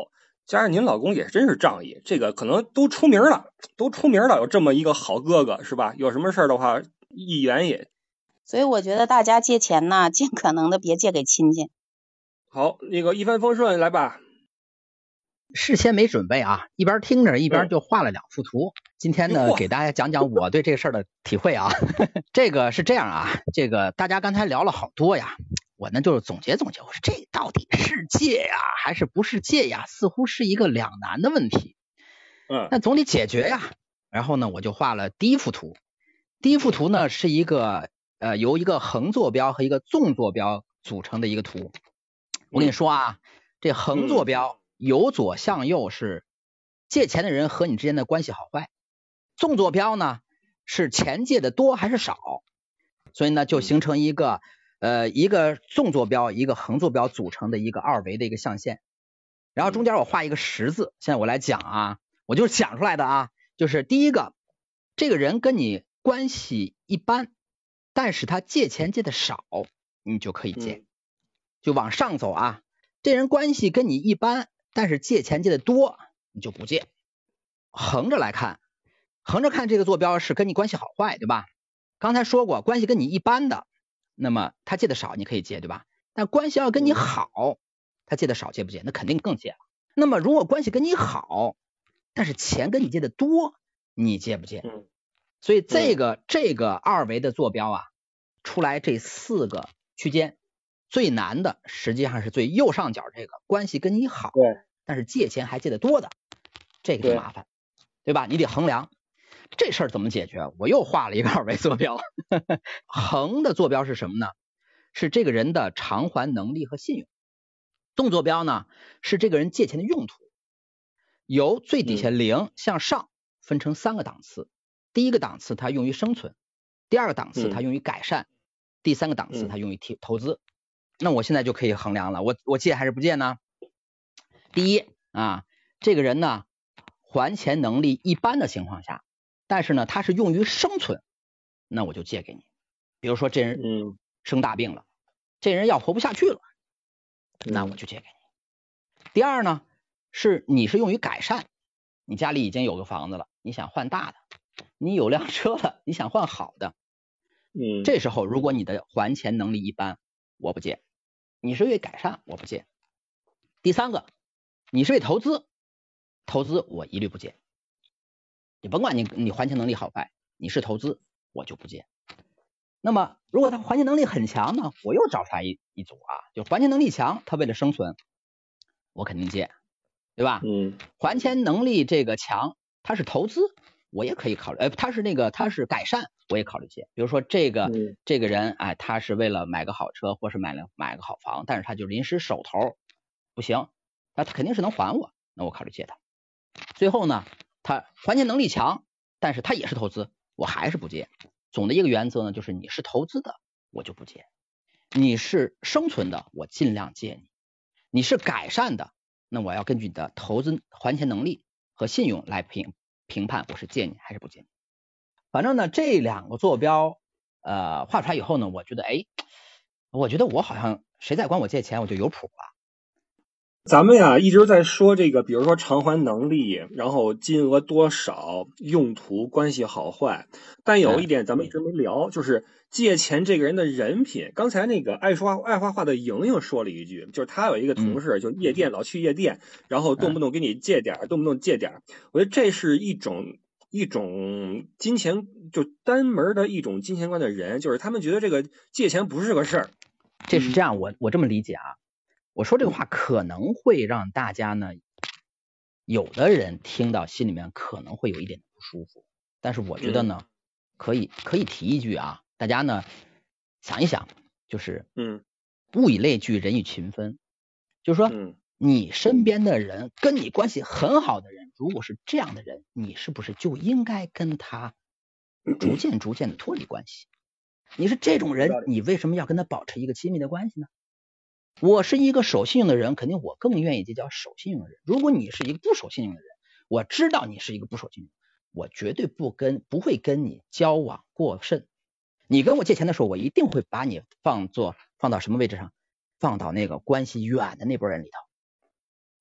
加上您老公也真是仗义，这个可能都出名了，都出名了，有这么一个好哥哥是吧？有什么事儿的话一言也。 所以我觉得大家借钱呢，尽可能的别借给亲戚。 好，那个一帆风顺来吧。 事先没准备啊，一边听着一边就画了两幅图。嗯、今天呢，给大家讲讲我对这个事儿的体会啊。这个是这样啊，这个大家刚才聊了好多呀，我呢就是总结总结，我说这到底是借呀还是不是借呀？似乎是一个两难的问题。 嗯， 那总得解决呀。然后呢，我就画了第一幅图。第一幅图呢是一个呃由一个横坐标和一个纵坐标组成的一个图。我跟你说啊，这横坐标由左向右是借钱的人和你之间的关系好坏，纵坐标呢是钱借的多还是少，所以呢就形成一个呃一个纵坐标一个横坐标组成的一个二维的一个象限。然后中间我画一个十字，现在我来讲啊，我就是想出来的啊，就是第一个，这个人跟你关系一般，但是他借钱借的少，你就可以借。就往上走啊，这人关系跟你一般，但是借钱借的多，你就不借。横着来看，横着看这个坐标是跟你关系好坏，对吧？刚才说过，关系跟你一般的，那么他借的少，你可以借，对吧？但关系要跟你好，他借的少借不借？那肯定更借了。那么如果关系跟你好，但是钱跟你借的多，你借不借？所以这个这个二维的坐标啊，出来这四个区间。最难的实际上是最右上角这个关系跟你好， 对， 但是借钱还借得多的，这个就麻烦， 对, 对吧？你得衡量这事儿怎么解决。我又画了一个二维坐标，呵呵横的坐标是什么呢？是这个人的偿还能力和信用。纵坐标呢是这个人借钱的用途。由最底下零向上分成三个档次，嗯、第一个档次它用于生存，第二个档次它用于改善，嗯、第三个档次它用于投资。那我现在就可以衡量了，我我借还是不借呢？第一啊，这个人呢还钱能力一般的情况下，但是呢他是用于生存，那我就借给你。比如说这人嗯生大病了，这人要活不下去了，那我就借给你。第二呢，是你是用于改善，你家里已经有个房子了，你想换大的，你有辆车了，你想换好的，嗯，这时候如果你的还钱能力一般，我不借。你是为改善，我不借。第三个，你是为投资，投资我一律不借。你甭管你你还钱能力好坏，你是投资我就不借。那么如果他还钱能力很强呢，我又找出来一一组啊，就还钱能力强，他为了生存，我肯定借，对吧？嗯。还钱能力这个强，他是投资，我也可以考虑，哎，他是那个他是改善，我也考虑借。比如说这个、嗯、这个人，哎，他是为了买个好车，或是买了买个好房，但是他就临时手头不行，那他肯定是能还我，那我考虑借他。最后呢，他还钱能力强，但是他也是投资，我还是不借。总的一个原则呢，就是你是投资的，我就不借；你是生存的，我尽量借你；你是改善的，那我要根据你的投资还钱能力和信用来评评判我是借你还是不借你。反正呢，这两个坐标呃画出来以后呢，我觉得哎，我觉得我好像谁再管我借钱，我就有谱了。 咱们呀一直在说这个，比如说偿还能力，然后金额多少，用途，关系好坏。但有一点咱们一直没聊，就是借钱这个人的人品。刚才那个爱说爱画画的莹莹说了一句，就是他有一个同事，就夜店老去夜店，然后动不动给你借点，动不动借点。我觉得这是一种一种金钱就单门的一种金钱观的人，就是他们觉得这个借钱不是个事儿。 这是这样，我我这么理解啊。我说这个话可能会让大家呢，有的人听到心里面可能会有一点不舒服，但是我觉得呢，可以可以提一句啊，大家呢想一想，就是嗯，物以类聚，人以群分，就是说，嗯，你身边的人跟你关系很好的人，如果是这样的人，你是不是就应该跟他逐渐逐渐的脱离关系？你是这种人，你为什么要跟他保持一个亲密的关系呢？我是一个守信用的人，肯定我更愿意结交守信用的人。如果你是一个不守信用的人，我知道你是一个不守信用，我绝对不跟不会跟你交往过甚。你跟我借钱的时候，我一定会把你放做放到什么位置上？放到那个关系远的那波人里头。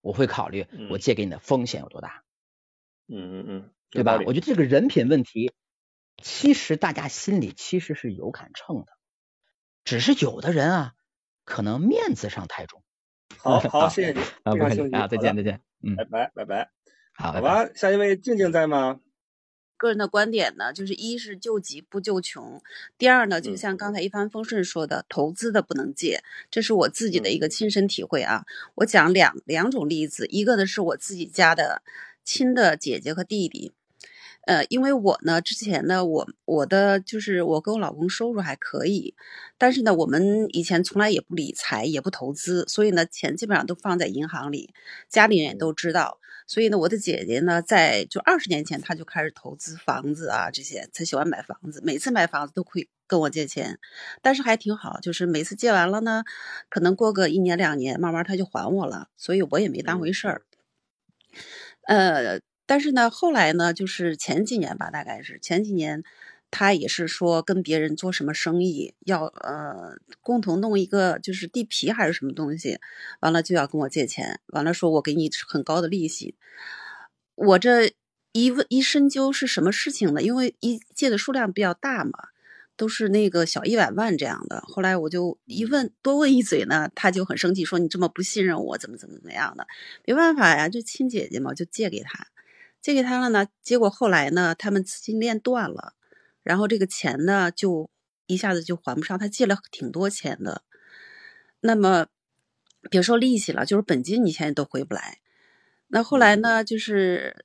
我会考虑我借给你的风险有多大， 嗯嗯嗯， 对吧？我觉得这个人品问题，其实大家心里其实是有杆秤的，只是有的人啊，可能面子上太重。 好好，谢谢你， 啊， 非常清晰啊，再见再见，嗯， 拜拜拜拜， 好， 好吧，下一位静静在吗？ 个人的观点呢，就是一是救急不救穷，第二呢，就像刚才一帆风顺说的，嗯、投资的不能借，这是我自己的一个亲身体会啊。我讲两两种例子，一个呢是我自己家的亲的姐姐和弟弟，呃，因为我呢之前呢，我我的就是我跟我老公收入还可以，但是呢，我们以前从来也不理财，也不投资，所以呢，钱基本上都放在银行里，家里人也都知道。所以呢，我的姐姐呢，在就二十年前，她就开始投资房子啊，这些，她喜欢买房子，每次买房子都会跟我借钱，但是还挺好，就是每次借完了呢，可能过个一年两年，慢慢她就还我了，所以我也没当回事儿。呃，但是呢，后来呢，就是前几年吧，大概是前几年。他也是说跟别人做什么生意要呃共同弄一个就是地皮还是什么东西，完了就要跟我借钱，完了说我给你很高的利息。我这一问一深究是什么事情呢？因为一借的数量比较大嘛，都是那个小一百万这样的。后来我就一问多问一嘴呢，他就很生气，说你这么不信任我，怎么怎么怎么样的？没办法呀，这亲姐姐嘛，就借给他，借给他了呢。结果后来呢，他们资金链断了。然后这个钱呢，就一下子就还不上，他借了挺多钱的。那么，别说利息了，就是本金你现在都回不来。那后来呢，就是，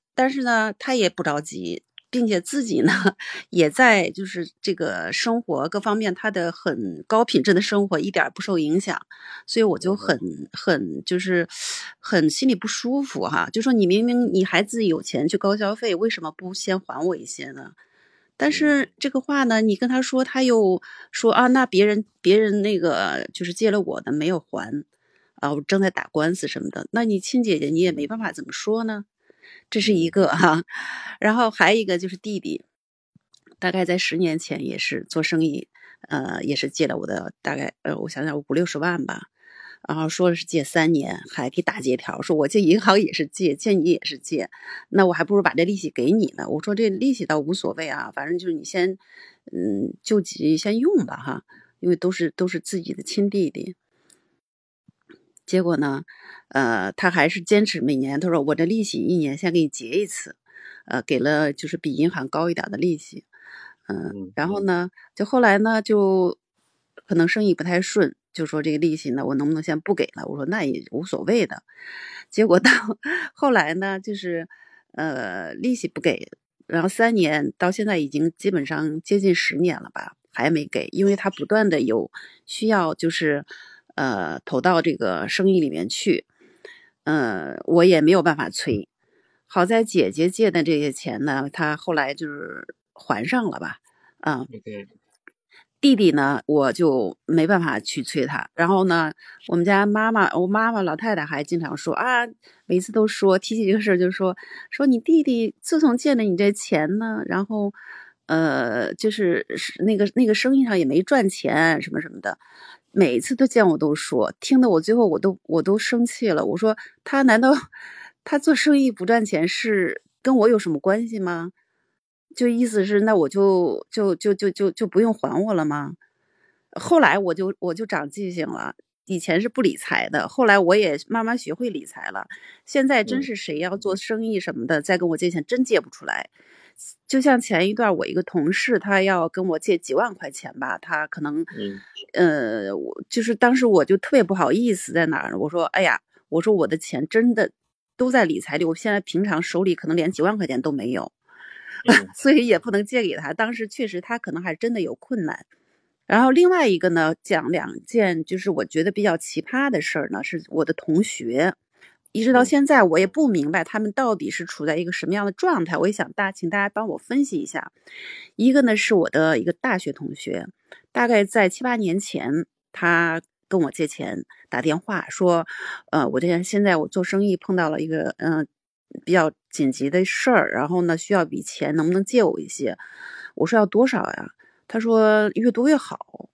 但是呢，他也不着急，并且自己呢，也在就是这个生活各方面，他的很高品质的生活一点不受影响。所以我就很很就是很心里不舒服哈，就说你明明你还自己有钱去高消费，为什么不先还我一些呢？但是这个话呢，你跟他说，他又说啊，那别人别人那个就是借了我的没有还，啊，我正在打官司什么的，那你亲姐姐你也没办法怎么说呢？这是一个哈，然后还有一个就是弟弟，大概在十年前也是做生意，呃，也是借了我的大概呃，我想想五六十万吧。然后说是借三年，还给打借条，说我这银行也是借，借你也是借，那我还不如把这利息给你呢。我说这利息倒无所谓啊，反正就是你先，嗯，救急先用吧哈，因为都是都是自己的亲弟弟。结果呢，呃，他还是坚持每年，他说我这利息一年先给你结一次，呃，给了就是比银行高一点的利息，嗯、呃，然后呢，就后来呢就可能生意不太顺。就说这个利息呢，我能不能先不给了？我说那也无所谓的。结果到后来呢，就是呃利息不给，然后三年到现在已经基本上接近十年了吧，还没给，因为他不断的有需要，就是呃投到这个生意里面去，呃我也没有办法催。好在姐姐借的这些钱呢，他后来就是还上了吧，啊、嗯。 Okay. 弟弟呢，我就没办法去催他。然后呢，我们家妈妈，我妈妈老太太还经常说啊，每次都说提起这个事儿，就说说你弟弟自从借了你这钱呢，然后呃，就是那个那个生意上也没赚钱，什么什么的。每次都见我都说，听得我最后我都我都生气了。我说他难道他做生意不赚钱是跟我有什么关系吗？就意思是那我就就就就就就不用还我了吗？后来我就我就长记性了，以前是不理财的，后来我也慢慢学会理财了。现在真是谁要做生意什么的，再跟我借钱真借不出来。就像前一段我一个同事，他要跟我借几万块钱吧，他可能，呃，我就是当时我就特别不好意思，在哪儿？我说，哎呀，我说我的钱真的都在理财里，我现在平常手里可能连几万块钱都没有。所以也不能借给他，当时确实他可能还真的有困难。然后另外一个呢，讲两件就是我觉得比较奇葩的事儿呢，是我的同学，一直到现在我也不明白他们到底是处在一个什么样的状态，我也想大请大家帮我分析一下。一个呢是我的一个大学同学，大概在七八年前他跟我借钱，打电话说呃，我这现在我做生意碰到了一个嗯、呃比较紧急的事儿，然后呢需要笔钱，能不能借我一些？我说要多少呀？他说越多越好。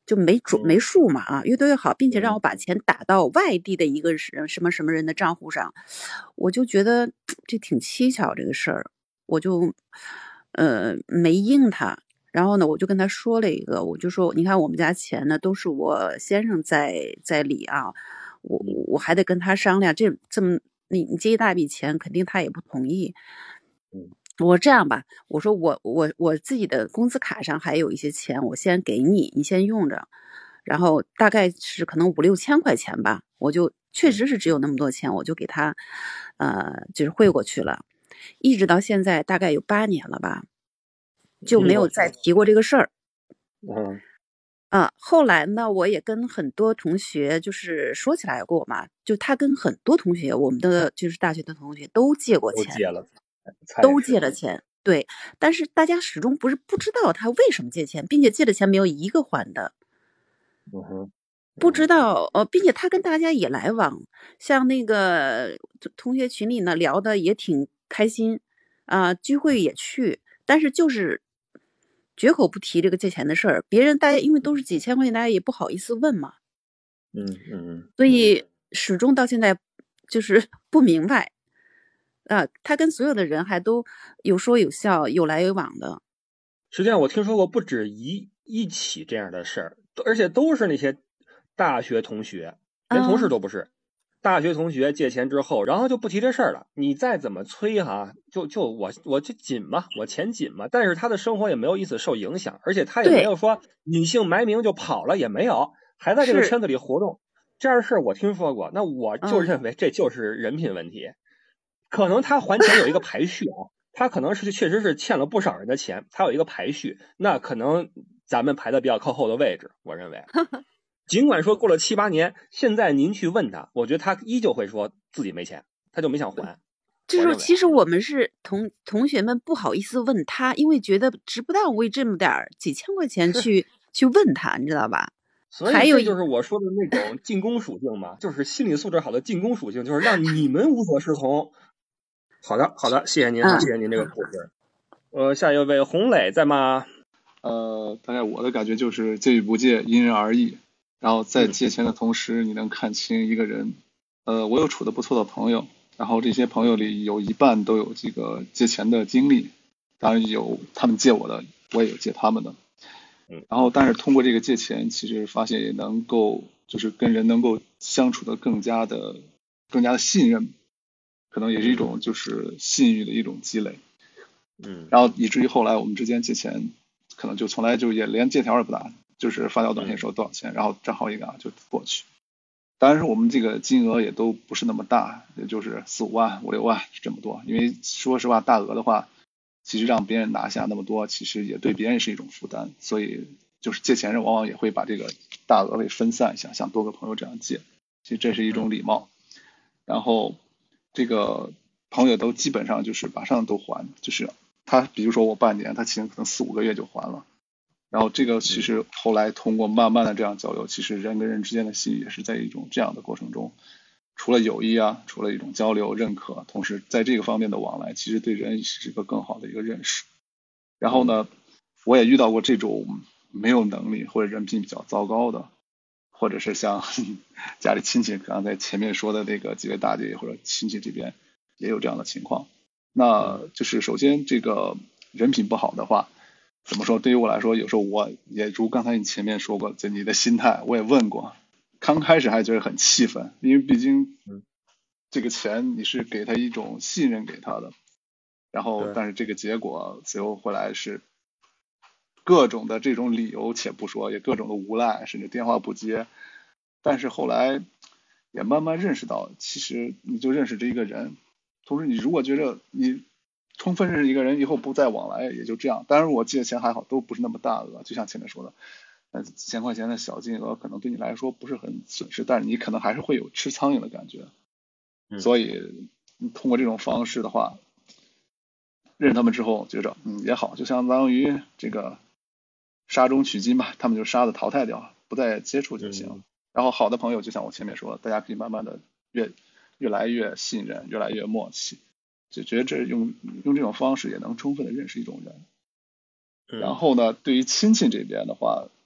就没准没嗯数嘛啊，越多越好，并且让我嗯把钱打到外地的一个什什么什么人的账户上，我就觉得这挺蹊跷这个事儿，我就呃没应他。然后呢，我就跟他说了一个，我就说，你看我们家钱呢都是我先生在在理啊，我嗯我还得跟他商量，这这么你你借一大笔钱，肯定他也不同意。 嗯我这样吧，我说我我我自己的工资卡上还有一些钱，我先给你，你先用着，然后大概是可能五六千块钱吧，我就确实是只有那么多钱，我就给他，呃，就是汇过去了，一直到现在大概有八年了吧，就没有我再提过这个事儿。 嗯啊，后来呢，我也跟很多同学就是说起来过嘛，就他跟很多同学，我们的就是大学的同学都借过钱， 都借了，他也都是借了钱，对，但是大家始终不是不知道他为什么借钱，并且借的钱没有一个还的， 嗯哼不知嗯道呃，并且他跟大家也来往，像那个同同学群里呢聊的也挺开心啊、聚会也去，但是就是绝口不提这个借钱的事儿，别人大家因为都是几千块钱，大家也不好意思问嘛。 嗯嗯所以始终到现在就是不明白啊，他跟所有的人还都有说有笑，有来有往的。 实际上我听说过不止一一起这样的事儿，而且都是那些大学同学，连同事啊， 都不是。大学同学借钱之后，然后就不提这事儿了。你再怎么催哈，就就我我就紧嘛，我钱紧嘛。但是他的生活也没有因此受影响，而且他也没对， 有说隐姓埋名就跑了，也没有，还在这个是， 圈子里活动。这样的事儿我听说过，那我就嗯， 认为这就是人品问题。可能他还钱有一个排序啊，他可能是确实是欠了不少人的钱，他有一个排序，那可能咱们排的比较靠后的位置，我认为。尽管说过了七八年，现在您去问他，我觉得他依旧会说自己没钱，他就没想还。 这时候我认为， 其实我们是同同学们不好意思问他，因为觉得值不当为这么点儿几千块钱是， 去去问他，你知道吧？ 所以这就还有一是我说的那种进攻属性嘛，就是心理素质好的进攻属性，就是让你们无所适从。好的，好的，谢谢您哈， 嗯谢谢您这个故事。呃，下一位洪磊在吗？ 呃，大概我的感觉就是借与不借因人而异，然后在嗯借钱的同时，你能看清一个人。呃，我有处的不错的朋友，然后这些朋友里有一半都有这个借钱的经历，当然有他们借我的，我也有借他们的。 嗯然后，但是通过这个借钱，其实发现也能够就是跟人能够相处的更加的更加的信任，可能也是一种就是信誉的一种积累。 嗯然后以至于后来我们之间借钱，可能就从来就也连借条也不打，就是发条短信说多少钱，然后账号一打就过去。当然是我们这个金额也都不是那么大，也就是四五万、五六万这么多。因为说实话，大额的话，其实让别人拿下那么多，其实也对别人是一种负担。所以就是借钱人往往也会把这个大额给分散一下，向多个朋友这样借，其实这是一种礼貌。然后这个朋友都基本上就是马上都还，就是他比如说我半年，他其实可能四五个月就还了。然后这个其实后来通过慢慢的这样交流，其实人跟人之间的信誉也是在一种这样的过程中，除了友谊啊，除了一种交流认可，同时在这个方面的往来，其实对人是一个更好的一个认识。然后呢，我也遇到过这种没有能力或者人品比较糟糕的，或者是像家里亲戚刚才前面说的那个几位大姐或者亲戚这边也有这样的情况。那就是首先这个人品不好的话，怎么说？对于我来说，有时候我也如刚才你前面说过，就你的心态，我也问过。刚开始还觉得很气愤，因为毕竟这个钱你是给他一种信任给他的，然后但是这个结果最后回来是各种的这种理由，且不说，也各种的无赖，甚至电话不接。但是后来也慢慢认识到，其实你就认识这一个人，同时你如果觉得你充分认识一个人以后不再往来，也就这样。当然我借的钱还好，都不是那么大额，就像前面说的，呃几千块钱的小金额可能对你来说不是很损失，但是你可能还是会有吃苍蝇的感觉。所以你通过这种方式的话，认识他们之后觉着嗯也好，就相当于这个杀中取金吧，他们就杀的淘汰掉，不再接触就行。然后好的朋友就像我前面说的，大家可以慢慢的越越来越信任，越来越默契。就觉得这用用这种方式也能充分的认识一种人。然后呢，对于亲戚这边的话，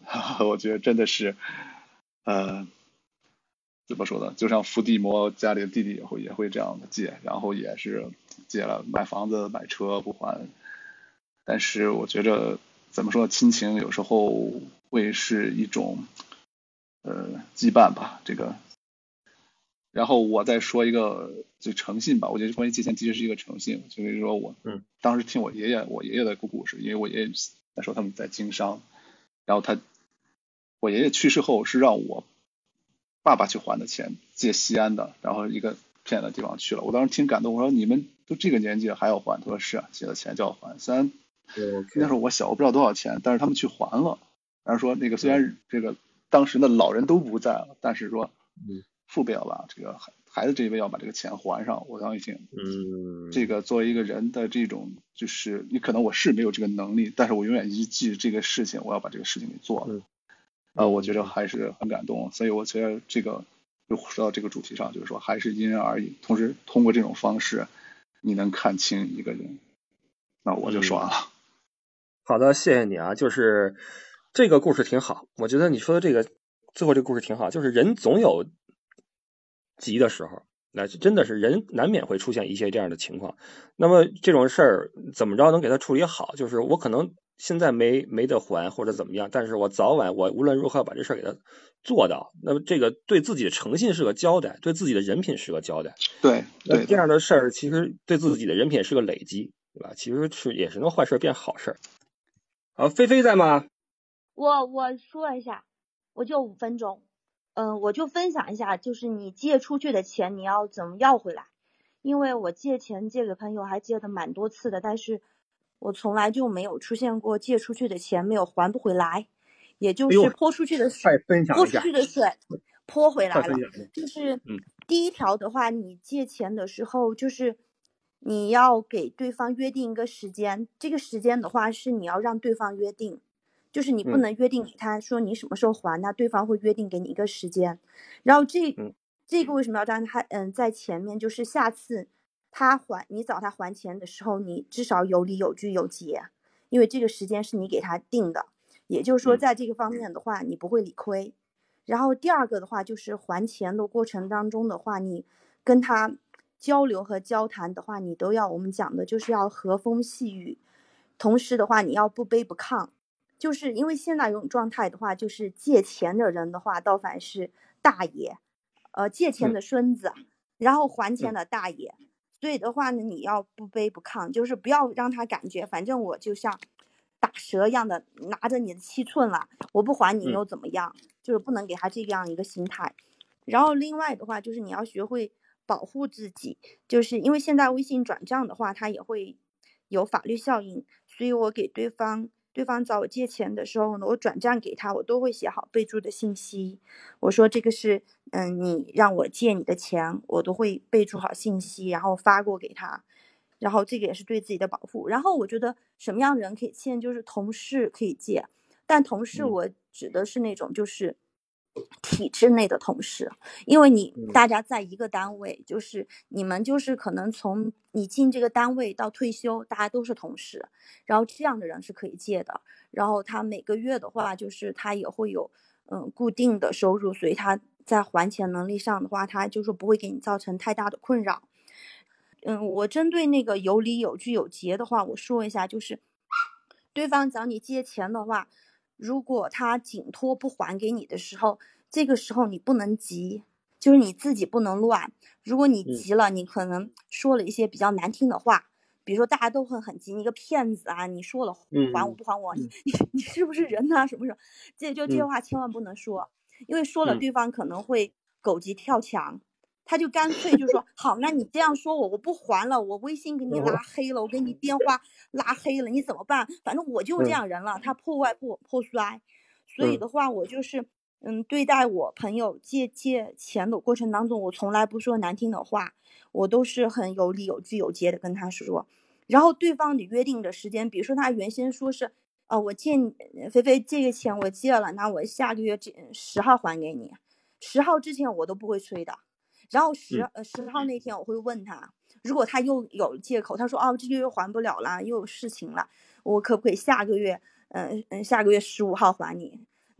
我觉得真的是，呃，怎么说呢？就像伏地魔家里的弟弟也会也会这样的借，然后也是借了买房子买车不还。但是我觉得怎么说，亲情有时候会是一种呃羁绊吧，这个。然后我再说一个就诚信吧，我觉得关于借钱的确是一个诚信，就是说我嗯当时听我爷爷我爷爷的故事，因为我爷爷那时候他们在经商，然后他我爷爷去世后是让我爸爸去还的钱，借西安的，然后一个偏远的地方去了，我当时挺感动，我说你们都这个年纪了还要还，他说是啊，借了钱就要还，虽然那时候我小我不知道多少钱，但是他们去还了，然后说那个虽然这个当时的老人都不在了，但是说父辈要把这个孩子这一辈要把这个钱还上，我相信， 嗯， 这个作为一个人的这种，就是你可能我是没有这个能力，但是我永远一记这个事情，我要把这个事情给做了，啊、呃，我觉得还是很感动，所以我觉得这个就说到这个主题上，就是说还是因人而异，同时通过这种方式，你能看清一个人，那我就说完了。嗯、 好的，谢谢你啊，就是这个故事挺好，我觉得你说的这个最后这个故事挺好，就是人总有急的时候，那真的是人难免会出现一些这样的情况。那么这种事儿怎么着能给他处理好？就是我可能现在没没得还或者怎么样，但是我早晚我无论如何把这事儿给他做到。那么这个对自己的诚信是个交代，对自己的人品是个交代。 对， 那这样的事儿其实对自己的人品是个累积，对吧？其实是也是能坏事变好事。好，菲菲在吗？ 我我说一下，我就五分钟。嗯，我就分享一下，就是你借出去的钱你要怎么要回来。因为我借钱借给朋友还借的蛮多次的，但是我从来就没有出现过借出去的钱没有还不回来，也就是泼出去的水，泼出去的水泼回来了。就是第一条的话，你借钱的时候就是你要给对方约定一个时间，这个时间的话是你要让对方约定。就是你不能约定给他说你什么时候还，那对方会约定给你一个时间。然后这这个为什么要让他嗯在前面？就是下次他还你找他还钱的时候，你至少有理有据有节，因为这个时间是你给他定的。也就是说，在这个方面的话，你不会理亏。然后第二个的话，就是还钱的过程当中的话，你跟他交流和交谈的话，你都要我们讲的就是要和风细雨，同时的话，你要不卑不亢。就是因为现在这种状态的话，就是借钱的人的话，倒反是大爷，呃，借钱的孙子，嗯、然后还钱的大爷。嗯、所以的话呢，你要不卑不亢，就是不要让他感觉，反正我就像打蛇一样的拿着你的七寸了，我不还你又怎么样？嗯、就是不能给他这样一个心态。然后另外的话，就是你要学会保护自己，就是因为现在微信转账的话，它也会有法律效应，所以我给对方。对方找我借钱的时候呢，我转账给他，我都会写好备注的信息。我说这个是，嗯，你让我借你的钱，我都会备注好信息，然后发过给他。然后这个也是对自己的保护。然后我觉得什么样的人可以借，就是同事可以借，但同事我指的是那种就是体制内的同事，因为你大家在一个单位，就是你们就是可能从你进这个单位到退休，大家都是同事，然后这样的人是可以借的。然后他每个月的话，就是他也会有嗯固定的收入，所以他在还钱能力上的话，他就是不会给你造成太大的困扰。嗯，我针对那个有理有据有节的话，我说一下，就是对方找你借钱的话，如果他紧拖不还给你的时候，这个时候你不能急，就是你自己不能乱。如果你急了，你可能说了一些比较难听的话，比如说大家都会很急，你个骗子啊，你说了还我不还我，你你你是不是人啊？什么什么，这就这些话千万不能说，因为说了对方可能会狗急跳墙。他就干脆就说好，那你这样说我我不还了，我微信给你拉黑了，我给你电话拉黑了，你怎么办？反正我就这样人了，他破罐破破摔。所以的话，我就是嗯，对待我朋友借借钱的过程当中，我从来不说难听的话，我都是很有理有据有节的跟他说。然后对方你约定的时间，比如说他原先说是呃我借你菲菲这个钱我借了，那我下个月十号还给你，十号之前我都不会催的。然后十呃十号那天我会问他，如果他又有借口，他说哦这个月还不了了，又有事情了，我可不可以下个月嗯嗯、呃、下个月十五号还你？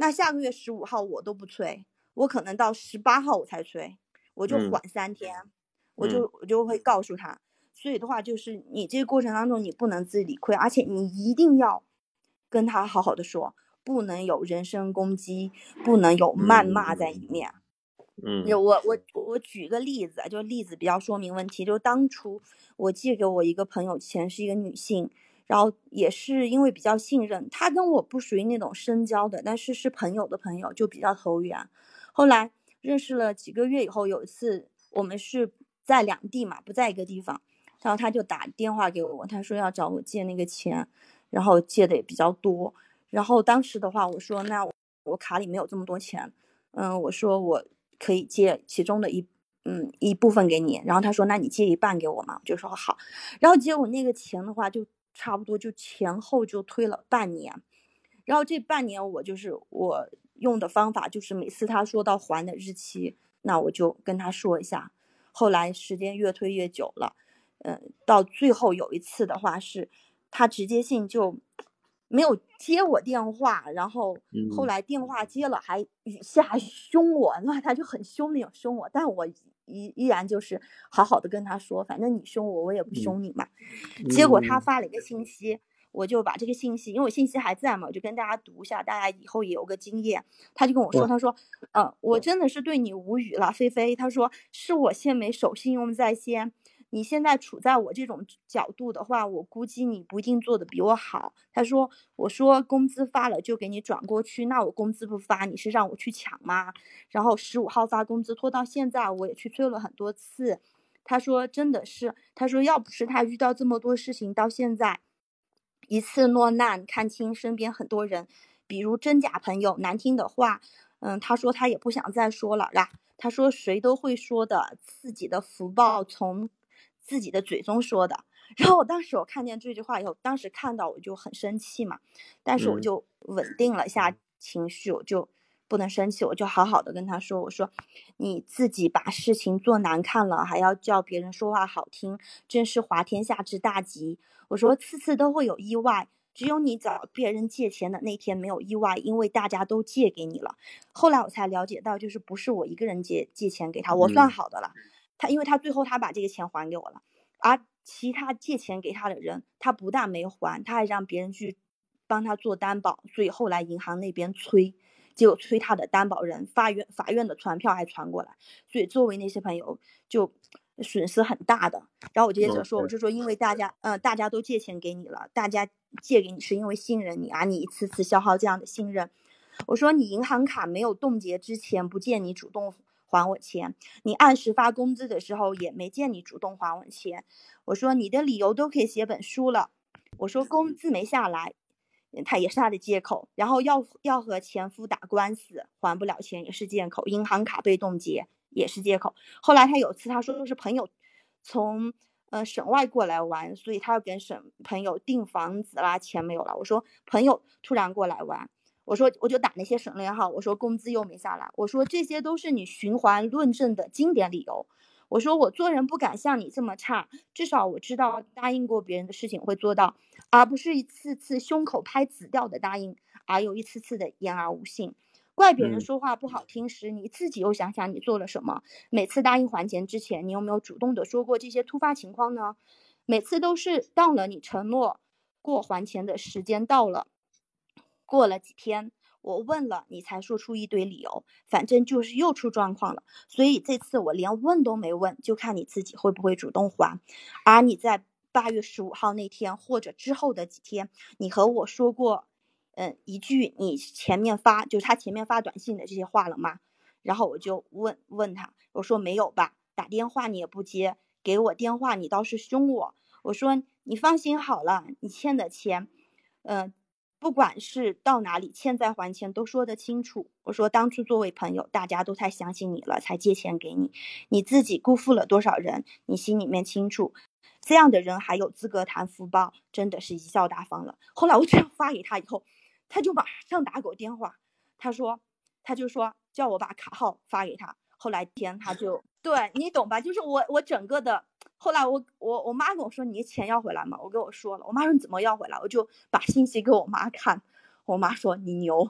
那下个月十五号我都不催，我可能到十八号我才催，我就缓三天，嗯、我就我就会告诉他。所以的话，就是你这个过程当中，你不能自己理亏，而且你一定要跟他好好的说，不能有人身攻击，不能有谩骂在里面。 嗯， 我我我举个例子，就例子比较说明问题。就当初我借给我一个朋友钱，是一个女性，然后也是因为比较信任，她跟我不属于那种深交的，但是是朋友的朋友，就比较投缘。后来认识了几个月以后，有一次我们是在两地嘛，不在一个地方，然后他就打电话给我，他说要找我借那个钱，然后借的也比较多。然后当时的话，我说那我卡里没有这么多钱，嗯，我说我可以借其中的一嗯一部分给你，然后他说那你借一半给我嘛，我就说好。然后结果那个钱的话就差不多就前后就推了半年，然后这半年我就是我用的方法就是每次他说到还的日期，那我就跟他说一下。后来时间越推越久了，嗯、呃，到最后有一次的话是他直接性就没有接我电话，然后后来电话接了还语气还凶我，那他就很凶那种凶我，但我依依然就是好好的跟他说，反正你凶我我也不凶你嘛。嗯、结果他发了一个信息，我就把这个信息，因为我信息还在嘛，我就跟大家读一下，大家以后也有个经验。他就跟我说，他说嗯、呃，我真的是对你无语了，菲菲。他说是我现没守信用在先，你现在处在我这种角度的话，我估计你不一定做的比我好。他说，我说工资发了就给你转过去，那我工资不发，你是让我去抢吗？然后十五号发工资拖到现在，我也去催了很多次。他说真的是，他说要不是他遇到这么多事情到现在一次落难，看清身边很多人，比如真假朋友，难听的话，嗯，他说他也不想再说了啦。他说谁都会说的，自己的福报从自己的嘴中说的。然后我当时我看见这句话以后，当时看到我就很生气嘛，但是我就稳定了一下情绪，我就不能生气，我就好好的跟他说，我说你自己把事情做难看了，还要叫别人说话好听，真是滑天下之大吉。我说次次都会有意外，只有你找别人借钱的那天没有意外，因为大家都借给你了。后来我才了解到，就是不是我一个人借借钱给他，我算好的了。嗯、他因为他最后他把这个钱还给我了，而其他借钱给他的人，他不但没还，他还让别人去帮他做担保，所以后来银行那边催，结果催他的担保人，法院法院的传票还传过来，所以作为那些朋友就损失很大的。然后我接着说，我就说因为大家呃大家都借钱给你了，大家借给你是因为信任你啊，你一次次消耗这样的信任。我说你银行卡没有冻结之前不见你主动还我钱，你按时发工资的时候也没见你主动还我钱。我说你的理由都可以写本书了。我说工资没下来，他也是他的借口，然后要要和前夫打官司还不了钱也是借口，银行卡被冻结也是借口。后来他有次他说是朋友从呃省外过来玩，所以他要跟省朋友订房子啦，钱没有了。我说朋友突然过来玩，我说我就打那些省略号，我说工资又没下来，我说这些都是你循环论证的经典理由。我说我做人不敢像你这么差，至少我知道答应过别人的事情会做到，而不是一次次胸口拍紫掉的答应，而有一次次的言而无信。怪别人说话不好听时，你自己又想想你做了什么。每次答应还钱之前，你有没有主动的说过这些突发情况呢？每次都是到了你承诺过还钱的时间到了，过了几天我问了你才说出一堆理由，反正就是又出状况了。所以这次我连问都没问，就看你自己会不会主动还。而你在八月十五号那天或者之后的几天，你和我说过嗯，一句你前面发就是他前面发短信的这些话了吗？然后我就问问他，我说没有吧，打电话你也不接，给我电话你倒是凶我。我说你放心好了，你欠的钱嗯、呃不管是到哪里欠债还钱都说得清楚。我说当初作为朋友大家都太相信你了才借钱给你，你自己辜负了多少人你心里面清楚，这样的人还有资格谈福报，真的是贻笑大方了。后来我这样发给他以后，他就马上打给我电话，他说他就说叫我把卡号发给他。后来天他就对你懂吧，就是我我整个的后来我我我妈跟我说你钱要回来吗？我跟我说了，我妈说你怎么要回来？我就把信息给我妈看，我妈说你牛。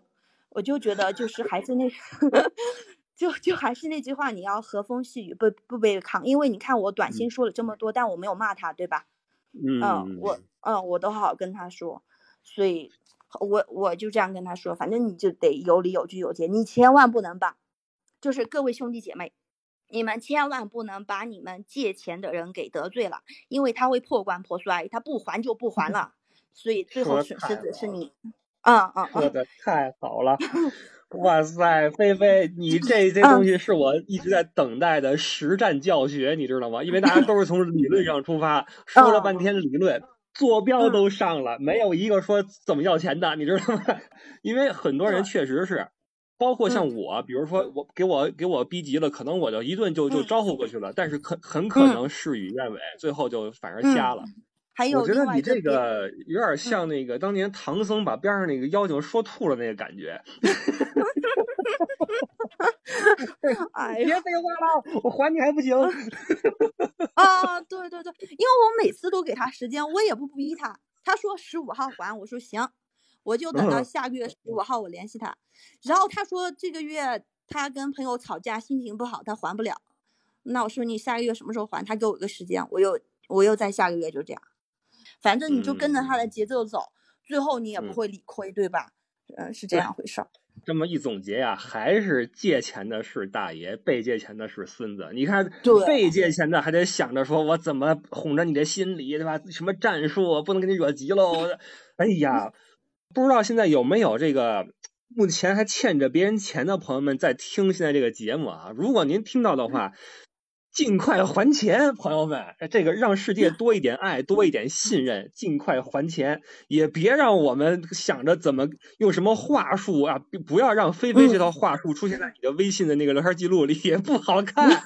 我就觉得就是还是那就就还是那句话，你要和风细雨，不不被抗。因为你看我短信说了这么多，嗯、但我没有骂他，对吧？ 嗯， 嗯我嗯我都好好跟他说，所以我我就这样跟他说，反正你就得有理有据有节，你千万不能把，就是各位兄弟姐妹，你们千万不能把你们借钱的人给得罪了，因为他会破罐破摔，他不还就不还了，所以最后损失的是你。嗯嗯， 说的太好了，哇塞，菲菲，你这这东西是我一直在等待的实战教学，你知道吗？因为大家都是从理论上出发，说了半天理论，坐标都上了，没有一个说怎么要钱的，你知道吗？因为很多人确实是，包括像我，比如说我给我给我逼急了，可能我就一顿就就招呼过去了，但是可很可能事与愿违，最后就反而瞎了。 还有我觉得你这个有点像那个当年唐僧把边上那个妖精说吐了那个感觉。 哎， 别废话了，我还你还不行？ 啊，对对对，因为我每次都给他时间，我也不逼他。他说十五号还，我说行，我就等到下个月十五号我联系他。然后他说这个月他跟朋友吵架，心情不好，他还不了。那我说你下个月什么时候还？他给我个时间，我又我又在下个月就这样。反正你就跟着他的节奏走，嗯、最后你也不会理亏，嗯、对吧？嗯，是这样回事儿。 这么一总结呀、啊，还是借钱的是大爷，被借钱的是孙子。你看，被借钱的还得想着说我怎么哄着你的心理，对吧？什么战术不能给你惹急喽？哎呀，不知道现在有没有这个目前还欠着别人钱的朋友们在听现在这个节目啊？如果您听到的话。尽快还钱，朋友们，这个让世界多一点爱，多一点信任，尽快还钱，也别让我们想着怎么用什么话术啊，不要让菲菲这套话术出现在你的微信的那个聊天记录里，也不好看。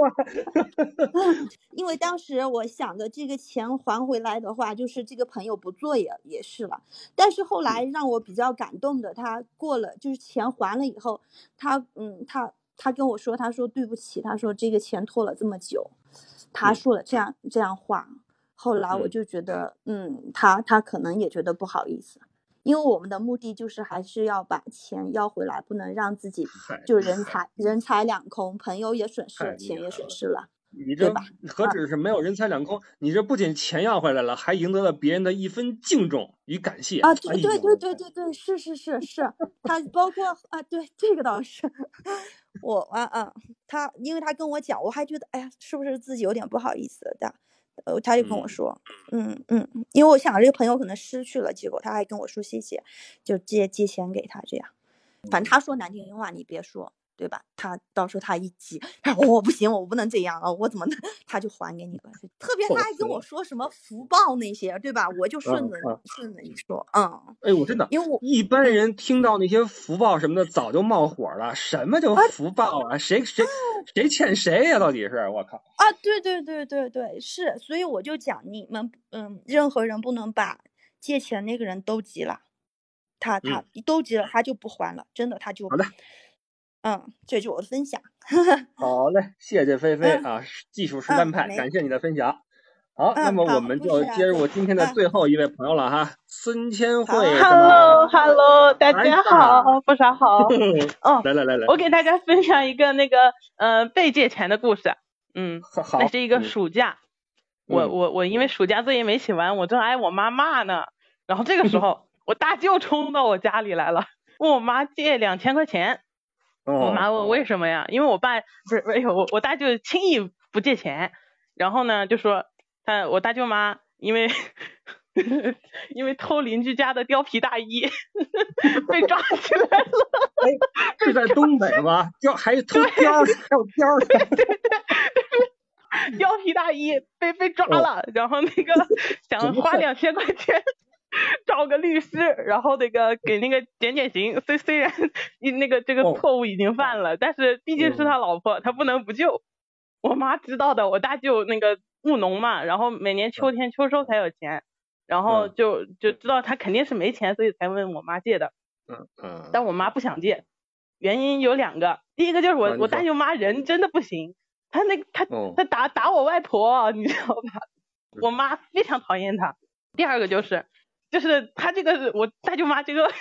因为当时我想着这个钱还回来的话，就是这个朋友不做也也是了，但是后来让我比较感动的，他过了就是钱还了以后，他嗯他。他跟我说，他说对不起，他说这个钱拖了这么久，他说了这样、嗯、这样话。后来我就觉得，嗯，嗯他他可能也觉得不好意思，因为我们的目的就是还是要把钱要回来，不能让自己就人财人财两空，朋友也损失了，钱也损失了。 你这何止是没有人财两空，你这不仅钱要回来了，还赢得了别人的一分敬重与感谢啊！对对对对对对，是是是是，他包括啊，对这个倒是，我啊啊，他因为他跟我讲，我还觉得哎呀，是不是自己有点不好意思的？呃，他就跟我说，嗯嗯，因为我想这个朋友可能失去了，结果他还跟我说谢谢，就借借钱给他这样，反正他说难听话你别说。对吧？他到时候他一急，他说我、哦、不行，我不能这样啊，我怎么他就还给你了。特别他还跟我说什么福报那些，对吧？我就顺着、嗯、顺着你说，嗯。 哎，我真的， 因为我一般人听到那些福报什么的，早就冒火了。什么叫福报啊？啊谁谁谁欠谁呀、啊？到底是我靠啊！对对对对对，是，所以我就讲你们，嗯，任何人不能把借钱那个人都急了，他他、嗯、都急了，他就不还了，真的他就好的。 嗯，这就是我的分享。 好嘞，谢谢菲菲、嗯、啊，技术实战派、嗯，感谢你的分享。好， 嗯、 那么我们就接入今天的最后一位朋友了哈，嗯、孙千惠。 Hello，Hello， 大家好，不少好。 哦，来来来来， 我给大家分享一个那个呃被借钱的故事。嗯， 好， 那是一个暑假，嗯、我我我因为暑假作业没写完，我正挨我妈骂呢。然后这个时候，我大舅冲到我家里来了，问我妈借两千块钱。我妈问为什么呀？因为我爸不是不是我我大舅轻易不借钱，然后呢就说他我大舅妈因为因为偷邻居家的貂皮大衣被抓起来了。 哎，是在东北吗？貂还偷貂，还有貂的。 对对对对，貂皮大衣被被抓了，哦、然后那个想花两千块钱。找个律师，然后那个给那个减减刑。虽虽然那个这个错误已经犯了，哦、但是毕竟是他老婆，嗯、他不能不救。我妈知道的，我大舅那个务农嘛，然后每年秋天秋收才有钱，然后就就知道他肯定是没钱，所以才问我妈借的。 嗯嗯。 但我妈不想借，原因有两个，第一个就是我、啊、我大舅妈人真的不行，她那个她她打打我外婆，你知道吧？我妈非常讨厌她。第二个就是。就是他这个我大舅妈这个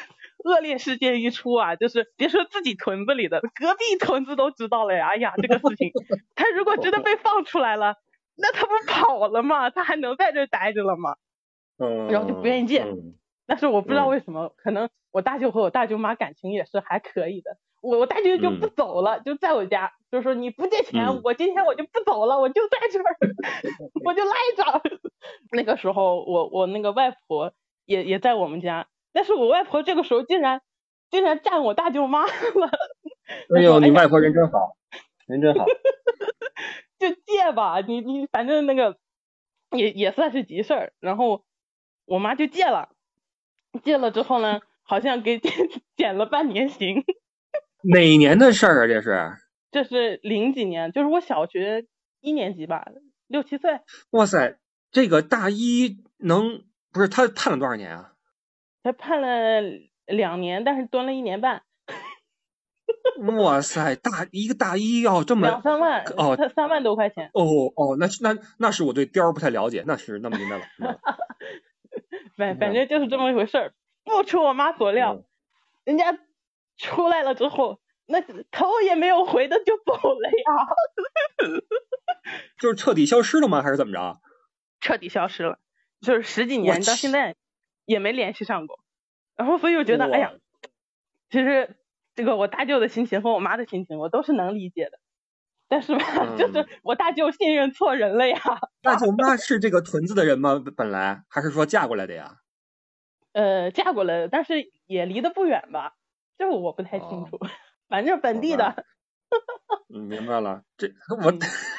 恶劣事件一出啊，就是别说自己屯子里的，隔壁屯子都知道了呀。哎呀，这个事情，他如果真的被放出来了，那他不跑了吗？他还能在这待着了吗？ 嗯， 然后就不愿意见。 嗯、 但是我不知道为什么，嗯、可能我大舅和我大舅妈感情也是还可以的。我我大舅就不走了，嗯、就在我家，就说你不借钱，嗯、我今天我就不走了，我就在这儿，我就赖着。那个时候我我那个外婆也也在我们家，但是我外婆这个时候竟然竟然站我大舅妈了。 哎呦，你外婆人真好，人真好。 就借吧，你你反正那个也也算是急事儿，然后我妈就借了，借了之后呢，好像给减减了半年刑。 哪年的事儿啊？这是？ 这是零几年，就是我小学一年级吧，六七岁。 哇塞，这个大一能不是他判了多少年啊？ 他判了两年，但是蹲了一年半。 哇塞，大一个大一要这么两三万哦，他三万多块钱。 哦哦，那那那是我对貂不太了解，那是那明白了。 反反正就是这么一回事儿。不出我妈所料，嗯、人家出来了之后，那头也没有回的就走了呀。 就是彻底消失了吗？还是怎么着？ 彻底消失了，就是十几年到现在也没联系上过。然后所以我觉得，哎呀，其实。这个我大舅的心情和我妈的心情我都是能理解的，但是吧，嗯、就是我大舅信任错人了呀。 大舅妈是这个屯子的人吗？本来还是说嫁过来的呀？ 呃，嫁过来的，但是也离得不远吧，这个我不太清楚，哦、反正本地的。 嗯，明白了，这我。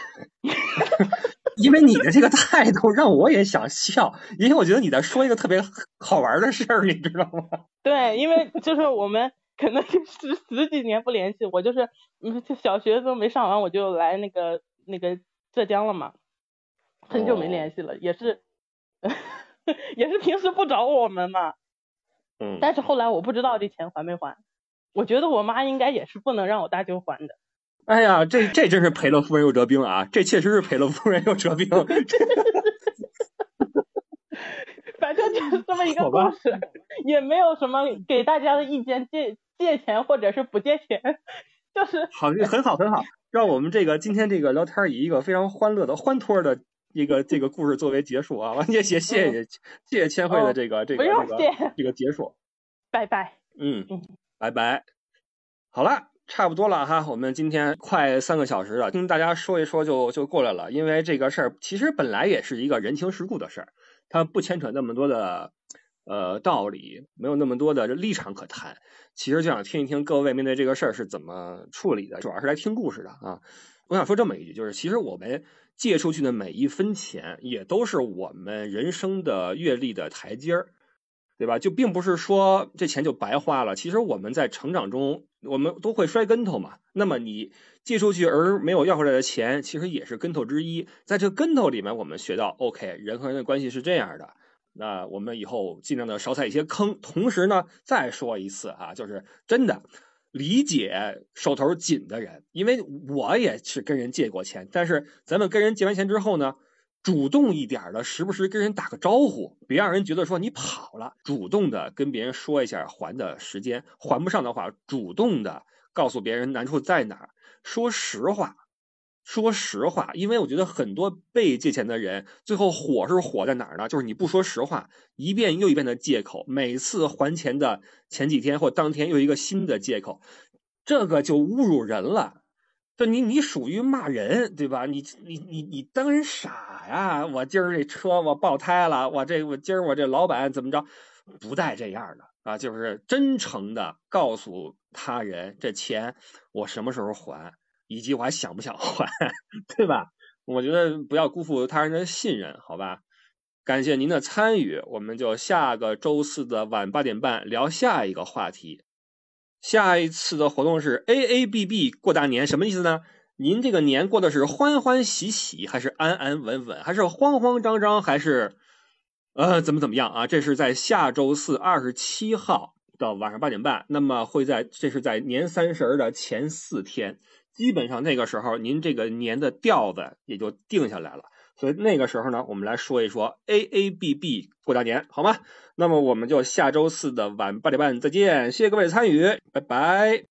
因为你的这个态度让我也想笑，因为我觉得你在说一个特别好玩的事儿，你知道吗？ 对，因为就是我们。可能就是十几年不联系，我就是嗯，小学都没上完我就来那个那个浙江了嘛，很久没联系了，哦、也是也是平时不找我们嘛。 嗯。 但是后来我不知道这钱还没还，我觉得我妈应该也是不能让我大舅还的。 哎呀，这这真是赔了夫人又折兵啊！这确实是赔了夫人又折兵。 反正就是这么一个故事，也没有什么给大家的意见，借借钱或者是不借钱，就是好，很好很好，让我们这个今天这个聊天以一个非常欢乐的欢脱的一个这个故事作为结束啊！也谢谢谢谢谢千惠的这个、嗯、这个这个这个结束， 拜拜， 嗯嗯，拜拜，好了。差不多了哈，我们今天快三个小时了，听大家说一说就就过来了。因为这个事儿其实本来也是一个人情世故的事儿，它不牵扯那么多的呃道理，没有那么多的立场可谈。其实就想听一听各位面对这个事儿是怎么处理的，主要是来听故事的啊。我想说这么一句，就是其实我们借出去的每一分钱，也都是我们人生的阅历的台阶儿。对吧？就并不是说这钱就白花了。其实我们在成长中，我们都会摔跟头嘛。那么你借出去而没有要回来的钱，其实也是跟头之一。在这跟头里面，我们学到 ，OK， 人和人的关系是这样的。那我们以后尽量的少踩一些坑。同时呢，再说一次啊，就是真的理解手头紧的人，因为我也是跟人借过钱，但是咱们跟人借完钱之后呢，主动一点的，时不时跟人打个招呼，别让人觉得说你跑了。主动的跟别人说一下还的时间，还不上的话，主动的告诉别人难处在哪儿。说实话，说实话，因为我觉得很多被借钱的人，最后火是火在哪儿呢？就是你不说实话，一遍又一遍的借口，每次还钱的前几天或当天又一个新的借口，这个就侮辱人了。就你你属于骂人，对吧？你你你你当人傻呀？我今儿这车我爆胎了，我这我今儿我这老板怎么着？不带这样的啊！就是真诚的告诉他人，这钱我什么时候还，以及我还想不想还，对吧？我觉得不要辜负他人的信任，好吧？感谢您的参与，我们就下个周四的晚八点半聊下一个话题。下一次的活动是 A A B B 过大年，什么意思呢？您这个年过的是欢欢喜喜，还是安安稳稳，还是慌慌张张，还是呃怎么怎么样啊？这是在下周四二十七号的晚上八点半，那么会在这是在年三十的前四天， 基本上那个时候您这个年的调子也就定下来了。所以那个时候呢，我们来说一说 A A B B 过大年，好吗？那么我们就下周四的晚八点半再见，谢谢各位参与，拜拜。